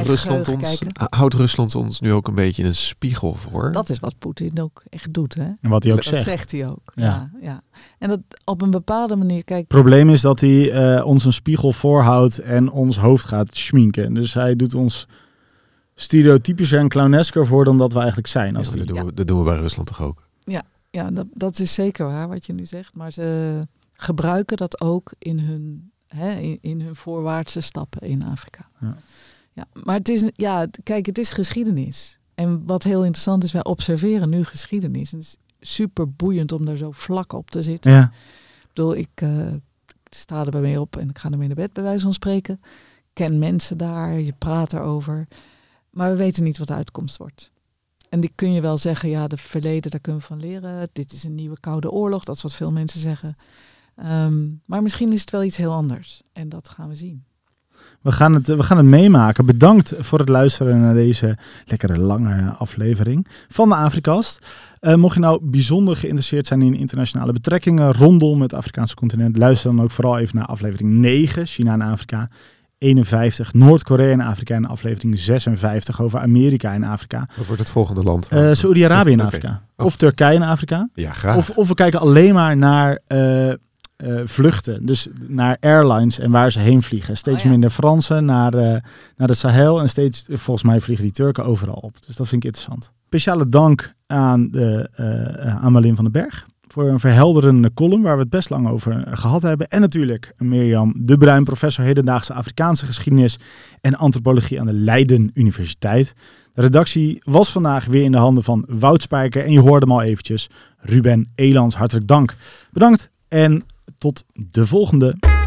houdt Rusland ons nu ook een beetje een spiegel voor? Dat is wat Poetin ook echt doet, hè? En wat hij ook zegt. Dat zegt hij ook, ja. En dat op een bepaalde manier, kijk... Het probleem is dat hij ons een spiegel voorhoudt en ons hoofd gaat schminken. Dus hij doet ons stereotypischer en clownesker voor dan dat we eigenlijk zijn. Dat doen we bij Rusland toch ook? Ja, dat is zeker waar wat je nu zegt. Maar ze gebruiken dat ook in hun voorwaartse stappen in Afrika. Ja, maar het is geschiedenis. En wat heel interessant is, wij observeren nu geschiedenis. En het is super boeiend om daar zo vlak op te zitten. Ja. Ik bedoel, ik sta er bij mij op en ik ga ermee naar bed, bij wijze van spreken. Ken mensen daar, je praat erover. Maar we weten niet wat de uitkomst wordt. En die kun je wel zeggen, ja, de verleden, daar kunnen we van leren. Dit is een nieuwe koude oorlog, dat is wat veel mensen zeggen. Maar misschien is het wel iets heel anders. En dat gaan we zien. We gaan het meemaken. Bedankt voor het luisteren naar deze lekkere lange aflevering van de Afrikast. Mocht je nou bijzonder geïnteresseerd zijn in internationale betrekkingen rondom het Afrikaanse continent, luister dan ook vooral even naar aflevering 9, China en Afrika. 51, Noord-Korea en Afrika en aflevering 56 over Amerika en Afrika. Wat wordt het volgende land? Saoedi-Arabië in Afrika. Of Turkije in Afrika. Ja, graag. Of we kijken alleen maar naar vluchten. Dus naar airlines en waar ze heen vliegen. Steeds minder Fransen naar de Sahel. En steeds, volgens mij vliegen die Turken overal op. Dus dat vind ik interessant. Speciale dank aan Marleen van den Berg. Voor een verhelderende column waar we het best lang over gehad hebben. En natuurlijk Mirjam de Bruin, professor hedendaagse Afrikaanse geschiedenis en antropologie aan de Leiden Universiteit. De redactie was vandaag weer in de handen van Wout Spijker. En je hoorde hem al eventjes. Ruben Elans, hartelijk dank. Bedankt en tot de volgende.